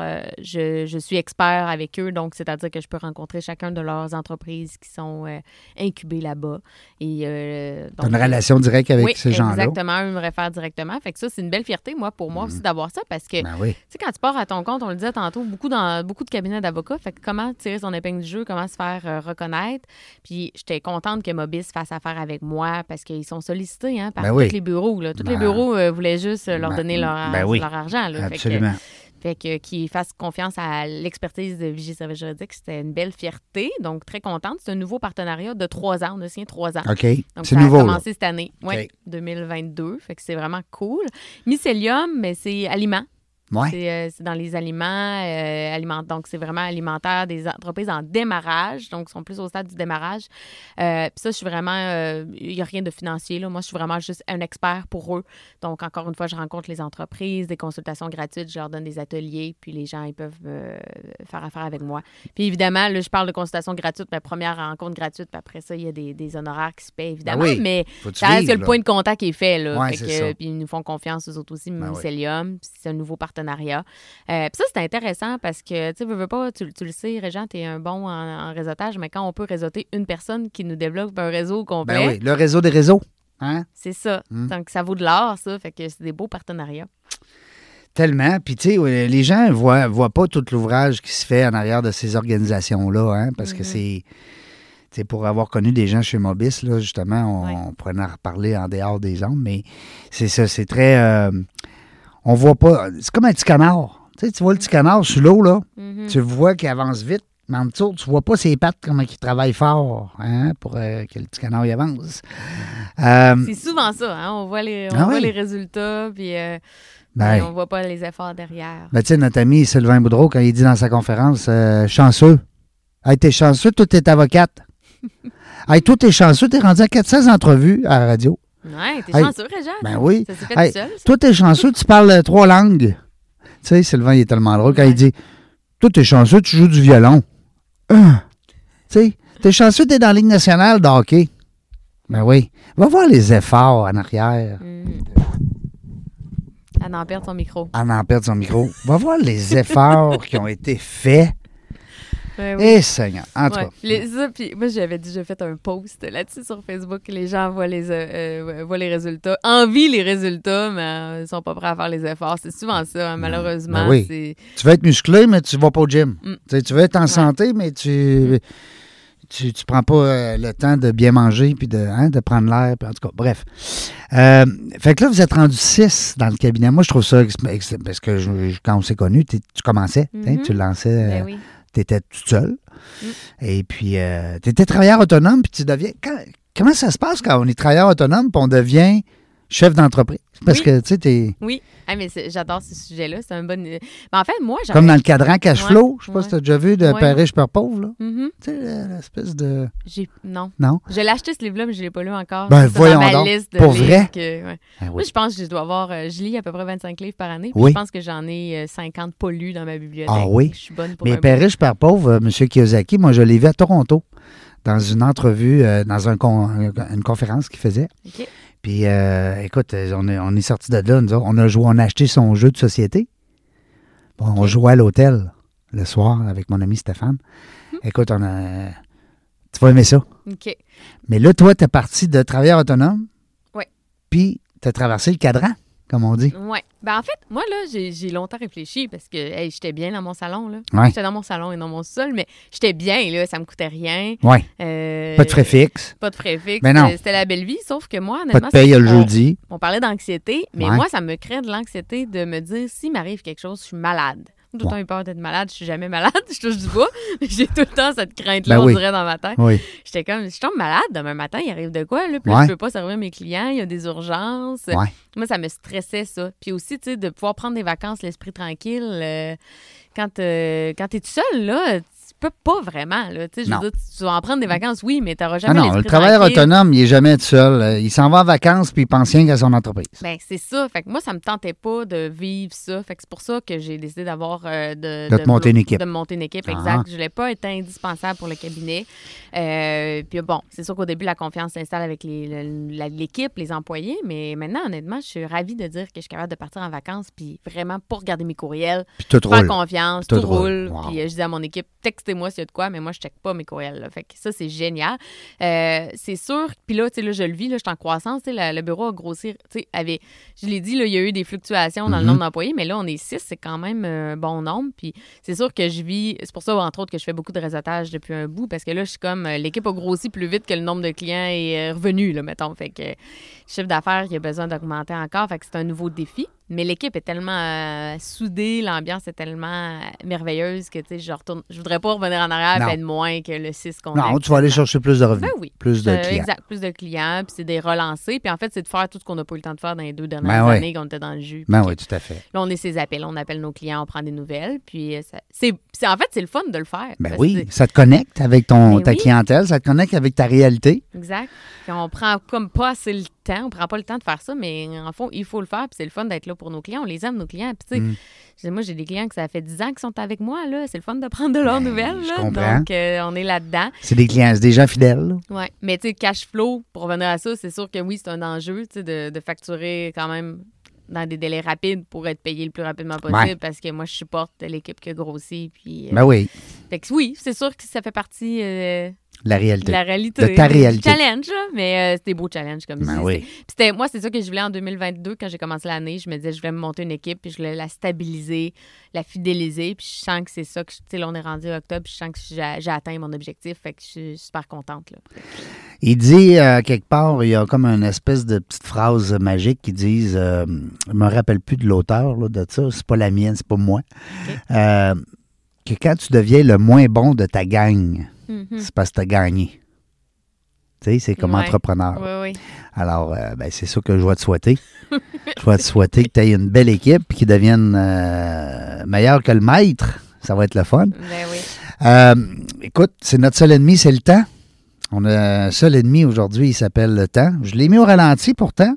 je suis expert avec eux. Donc, c'est-à-dire que je peux rencontrer chacun de leurs entreprises qui sont incubées là-bas. Et donc, une relation directe avec ces gens-là. Exactement, eux me réfèrent directement. Fait que ça, c'est une belle fierté, pour moi aussi, d'avoir ça, parce que, tu sais, quand tu pars à ton compte, on le disait tantôt, beaucoup de cabinets d'avocats, fait que comment tirer son épingle du jeu, comment se faire reconnaître. Puis, j'étais contente que Mobis fasse affaire avec moi, parce qu'ils sont sollicités par tous les bureaux. Là. Tous les bureaux voulaient juste leur donner leur argent. Là. Absolument. Fait que qu'ils fassent confiance à l'expertise de Vigie Services juridiques, c'était une belle fierté. Donc, très contente. C'est un nouveau partenariat de 3 ans. On a signé 3 ans. OK. Donc, c'est ça nouveau. a commencé cette année. Oui, Okay. 2022. Fait que c'est vraiment cool. Mycelium, mais c'est aliments. Ouais. C'est dans les aliments, donc c'est vraiment alimentaire des entreprises en démarrage, donc ils sont plus au stade du démarrage. Puis ça, je suis vraiment, il n'y a rien de financier, là. Moi, je suis vraiment juste un expert pour eux. Donc, encore une fois, je rencontre les entreprises, des consultations gratuites, je leur donne des ateliers, puis les gens, ils peuvent faire affaire avec moi. Puis évidemment, là, je parle de consultations gratuites, ma première rencontre gratuite, puis après ça, il y a des honoraires qui se paient, évidemment, mais ça reste que le point de contact est fait, là. Ouais, c'est ça. Puis ils nous font confiance, eux autres aussi, Mycelium, c'est un nouveau partenariat. Puis ça, c'est intéressant parce que, tu veux pas, tu le sais, Régent, tu es un bon en réseautage, mais quand on peut réseauter une personne qui nous développe un réseau complet... Ben oui, le réseau des réseaux. Hein? C'est ça. Donc, ça vaut de l'or, ça. Fait que c'est des beaux partenariats. Tellement. Puis, tu sais, les gens ne voient pas tout l'ouvrage qui se fait en arrière de ces organisations-là, hein, parce que c'est... Tu sais, pour avoir connu des gens chez Mobis, là, justement, on pourrait en reparler en dehors des ondes, mais c'est ça, c'est très... on voit pas... C'est comme un petit canard. Tu sais, tu vois le petit canard sur l'eau, là, tu vois qu'il avance vite, mais en dessous, tu vois pas ses pattes comment il travaille fort pour que le petit canard y avance. C'est souvent ça, hein? On voit les résultats, puis on voit pas les efforts derrière. Ben, tu sais, notre ami Sylvain Boudreau, quand il dit dans sa conférence, chanceux. Hey, t'es chanceux, toi, t'es avocate. Hey, toi, t'es chanceux, t'es rendu à 400 entrevues à la radio. Ouais, t'es chanceux, Réjean. Ben oui. Ça s'est fait tout seul. Toi, t'es chanceux, tu parles 3 langues. Tu sais, Sylvain, il est tellement drôle quand il dit toi, t'es chanceux, tu joues du violon. Tu sais, t'es chanceux, t'es dans la Ligue nationale de hockey. Ben oui. Va voir les efforts en arrière. Elle en perd son micro. Va voir les efforts qui ont été faits. Ben oui. Seigneur, en tout cas. Puis moi, j'avais déjà fait un post là-dessus sur Facebook. Les gens voient les résultats, envient les résultats, mais ils ne sont pas prêts à faire les efforts. C'est souvent ça, hein, malheureusement. Ben oui. Tu veux être musclé, mais tu ne vas pas au gym. Tu veux être en santé, mais tu prends pas le temps de bien manger puis de prendre l'air. En tout cas, bref. Fait que là, vous êtes rendu 6 dans le cabinet. Moi, je trouve ça... Parce que quand on s'est connus, tu commençais. Tu lançais... Ben oui. Tu étais toute seule. Et puis, tu étais travailleur autonome, puis tu deviens... Comment ça se passe quand on est travailleur autonome, puis on devient chef d'entreprise? Parce que, tu sais, t'es... Oui, mais j'adore ce sujet-là. C'est un bon... Mais en fait, moi, j'avais... Comme dans le cadran cash flow, je sais pas si tu as déjà vu de Père riche, Père pauvre, là. Mm-hmm. Tu sais, l'espèce de... Non. Non? Je l'ai acheté, ce livre-là, mais je ne l'ai pas lu encore. Ben, voyons dans ma donc. liste de Pour livres vrai? Ben oui. Moi, je pense que je dois avoir... je lis à peu près 25 livres par année. Puis je pense que j'en ai 50 pas lus dans ma bibliothèque. Ah oui? Je suis bonne pour mais Père riche, Père pauvre, M. Kiyosaki, moi, je l'ai vu à Toronto, dans une entrevue, dans une conférence qu'il faisait. OK. Puis, écoute, on est sortis de là, on a acheté son jeu de société. Bon, on jouait à l'hôtel le soir avec mon ami Stéphane. Écoute, tu vas aimer ça. OK. Mais là, toi, tu es parti de travailleur autonome. Oui. Puis, tu as traversé le cadran, comme on dit. Oui. Ben en fait, moi, là, j'ai longtemps réfléchi parce que j'étais bien dans mon salon. Là. Ouais. J'étais dans mon salon et dans mon sol, mais j'étais bien, là, ça me coûtait rien. Oui. Pas de frais fixes. Pas de frais fixes. Ben non. C'était la belle vie, sauf que moi, honnêtement... Pas de paye le jeudi. On parlait d'anxiété, mais moi, ça me crée de l'anxiété de me dire, s'il m'arrive quelque chose, je suis malade. Tout le temps eu peur d'être malade. Je suis jamais malade. Je touche du bois. J'ai tout le temps cette crainte-là, on dirait, dans ma tête. Oui. J'étais comme, je tombe malade demain matin, il arrive de quoi? Là? Puis là, je peux pas servir mes clients, il y a des urgences. Ouais. Moi, ça me stressait, ça. Puis aussi, tu sais, de pouvoir prendre des vacances, l'esprit tranquille. Quand t'es tout seul, là, tu peux pas vraiment. Là. Je veux dire, tu vas en prendre des vacances, oui, mais t'auras jamais l'esprit tranquille. Le travailleur autonome, il est jamais tout seul. Il s'en va en vacances puis il pense rien qu'à son entreprise. Ben c'est ça. Fait que moi, ça me tentait pas de vivre ça. Fait que c'est pour ça que j'ai décidé d'avoir... de monter une équipe. De me monter une équipe, exact. Je voulais pas être indispensable pour le cabinet. Puis bon, c'est sûr qu'au début, la confiance s'installe avec l'équipe, les employés, mais maintenant, honnêtement, je suis ravie de dire que je suis capable de partir en vacances puis vraiment pas regarder mes courriels, puis tout faire roule. Confiance, tout roule. Wow. Puis je dis à mon équipe, textez-moi s'il y a de quoi, mais moi, je check pas mes courriels. Là. Fait que ça, c'est génial. C'est sûr. Puis là, tu sais, là, je le vis, là, je suis en croissance. Tu sais, le bureau a grossi. Tu sais, je l'ai dit, là, il y a eu des fluctuations dans le nombre d'employés, mais là, on est 6, c'est quand même un bon nombre. Puis c'est sûr que je vis. C'est pour ça, entre autres, que je fais beaucoup de réseautage depuis un bout, parce que là, je suis comme. L'équipe a grossi plus vite que le nombre de clients est revenu, là, mettons. Fait que chiffre d'affaires, il y a besoin d'augmenter encore. Fait que c'est un nouveau défi. Mais l'équipe est tellement soudée, l'ambiance est tellement merveilleuse que, tu sais, je voudrais pas revenir en arrière et être moins que le 6 qu'on a. Non, tu vas aller chercher plus de revenus. Ben oui. Plus de clients. Exact, plus de clients, puis c'est des relancer. Puis en fait, c'est de faire tout ce qu'on n'a pas eu le temps de faire dans les 2 dernières années qu'on était dans le jus. Ben oui, tout à fait. Là, on est ses appels, on appelle nos clients, on prend des nouvelles. Puis en fait, c'est le fun de le faire. Ben oui, ça te connecte avec ta clientèle, ça te connecte avec ta réalité. Exact. Puis on prend comme pas assez le temps, on prend pas le temps de faire ça, mais en fond, il faut le faire, puis c'est le fun d'être là pour nos clients. On les aime, nos clients. Puis tu sais, moi, j'ai des clients que ça fait 10 ans qu'ils sont avec moi, là. C'est le fun de prendre de leurs nouvelles, là. Comprends. Donc, on est là-dedans. C'est des clients, c'est des gens fidèles. Oui, mais tu sais, cash flow, pour revenir à ça, c'est sûr que oui, c'est un enjeu, tu sais, de facturer quand même dans des délais rapides pour être payé le plus rapidement possible, parce que moi, je supporte l'équipe qui a grossi. Puis, ben oui. Fait que oui, c'est sûr que ça fait partie... La réalité. La réalité. De ta réalité. Challenge, là, mais c'est des beaux challenges comme ça. Oui. Moi, c'est ça que je voulais en 2022 quand j'ai commencé l'année. Je me disais, je voulais me monter une équipe, puis je voulais la stabiliser, la fidéliser. Puis je sens que c'est ça. Tu sais, là, on est rendu en octobre, puis je sens que j'ai atteint mon objectif. Fait que je suis super contente. Là. Il dit, quelque part, il y a comme une espèce de petite phrase magique qui dit, je me rappelle plus de l'auteur là, de ça, c'est pas la mienne, c'est pas moi. Okay. que quand tu deviens le moins bon de ta gang, c'est parce que tu as gagné. Tu sais, c'est comme entrepreneur. Oui. Alors, c'est ça que je vais te souhaiter. Je vais te souhaiter que tu aies une belle équipe et qu'ils deviennent meilleurs que le maître. Ça va être le fun. Ben oui. Écoute, c'est notre seul ennemi, c'est le temps. On a un seul ennemi aujourd'hui, il s'appelle le temps. Je l'ai mis au ralenti pourtant.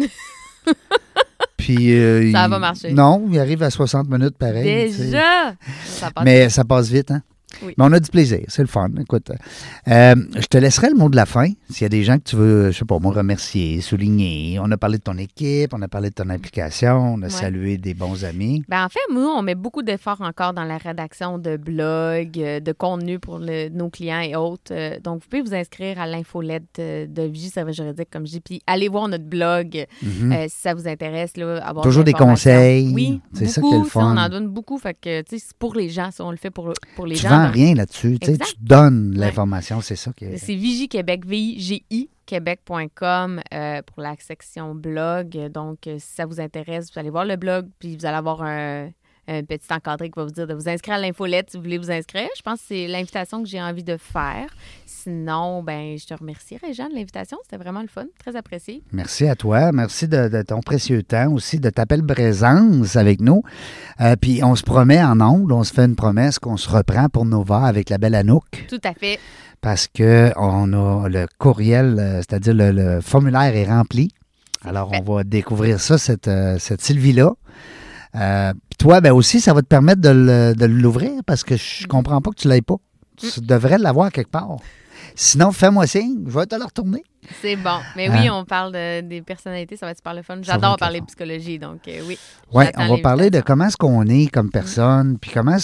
Puis, ça va marcher. Non, il arrive à 60 minutes pareil. Déjà! Mais ça passe vite, hein? Oui. Mais on a du plaisir, c'est le fun. Écoute, je te laisserai le mot de la fin. S'il y a des gens que tu veux, je sais pas moi, remercier, souligner. On a parlé de ton équipe, on a parlé de ton implication, on a salué des bons amis. En fait, nous, on met beaucoup d'efforts encore dans la rédaction de blogs, de contenu pour nos clients et autres. Donc, vous pouvez vous inscrire à l'infolette de Vigie Service Juridique, comme je dis, puis allez voir notre blog si ça vous intéresse. Là, avoir toujours des conseils. Oui, c'est ça qui est le fun. On en donne beaucoup. Fait que, c'est pour les gens. Ça, on le fait pour les gens. Rien là-dessus. Tu donnes l'information, c'est ça qui est... C'est Vigie Québec, VIGI Québec.com pour la section blog. Donc, si ça vous intéresse, vous allez voir le blog, puis vous allez avoir un petit encadré qui va vous dire de vous inscrire à l'infolette si vous voulez vous inscrire. Je pense que c'est l'invitation que j'ai envie de faire. Sinon, je te remercie, Réjean, de l'invitation. C'était vraiment le fun. Très apprécié. Merci à toi. Merci de ton précieux temps aussi, de ta belle présence avec nous. Puis on se promet en ondes, on se fait une promesse qu'on se reprend pour Nova avec la belle Anouk. Tout à fait. Parce qu'on a le courriel, c'est-à-dire le formulaire est rempli. Alors, on va découvrir ça, cette Sylvie-là. Puis toi, aussi, ça va te permettre de l'ouvrir parce que je comprends pas que tu ne l'aies pas. Tu devrais l'avoir quelque part. Sinon, fais-moi signe, je vais te le retourner. C'est bon. Mais oui, on parle des personnalités, ça va être super le fun. J'adore parler de psychologie, donc oui. Oui, on va parler de comment est-ce qu'on est comme personne, puis comment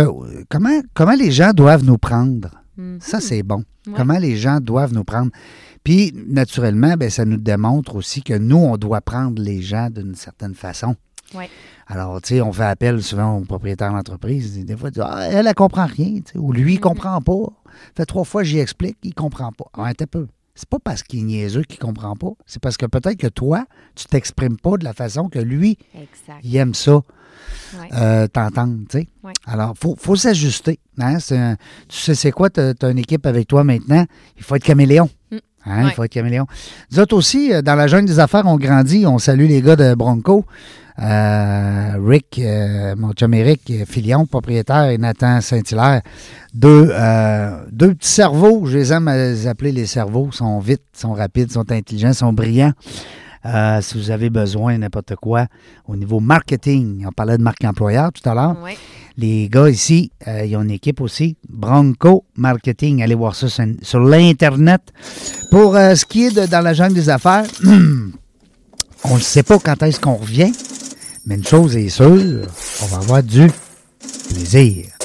les gens doivent nous prendre. Ça, c'est bon. Ouais. Comment les gens doivent nous prendre. Puis, naturellement, ça nous démontre aussi que nous, on doit prendre les gens d'une certaine façon. Oui. Alors, tu sais, on fait appel souvent au propriétaire d'entreprise. Des fois, elle comprend rien, ou lui, il comprend pas. Fait 3 fois, j'y explique, il comprend pas. Un peu. C'est pas parce qu'il est niaiseux qu'il comprend pas. C'est parce que peut-être que toi, tu t'exprimes pas de la façon que lui, il aime ça. T'entendre, tu sais. Ouais. Alors, faut s'ajuster. Hein? Tu sais, c'est quoi, tu as une équipe avec toi maintenant? Il faut être caméléon. Il faut être caméléon. Nous autres aussi, dans la jungle des affaires, on grandit. On salue les gars de Bronco. Rick, mon chum Eric Filion, propriétaire, et Nathan Saint-Hilaire. Deux petits cerveaux. Je les aime les appeler les cerveaux. Ils sont vite, sont rapides, sont intelligents, sont brillants. Si vous avez besoin de n'importe quoi au niveau marketing, on parlait de marque employeur tout à l'heure. Oui. Les gars ici, ils ont une équipe aussi, Bronco Marketing. Allez voir ça sur l'Internet. Pour ce qui est dans la jungle des affaires, on ne sait pas quand est-ce qu'on revient, mais une chose est sûre, on va avoir du plaisir.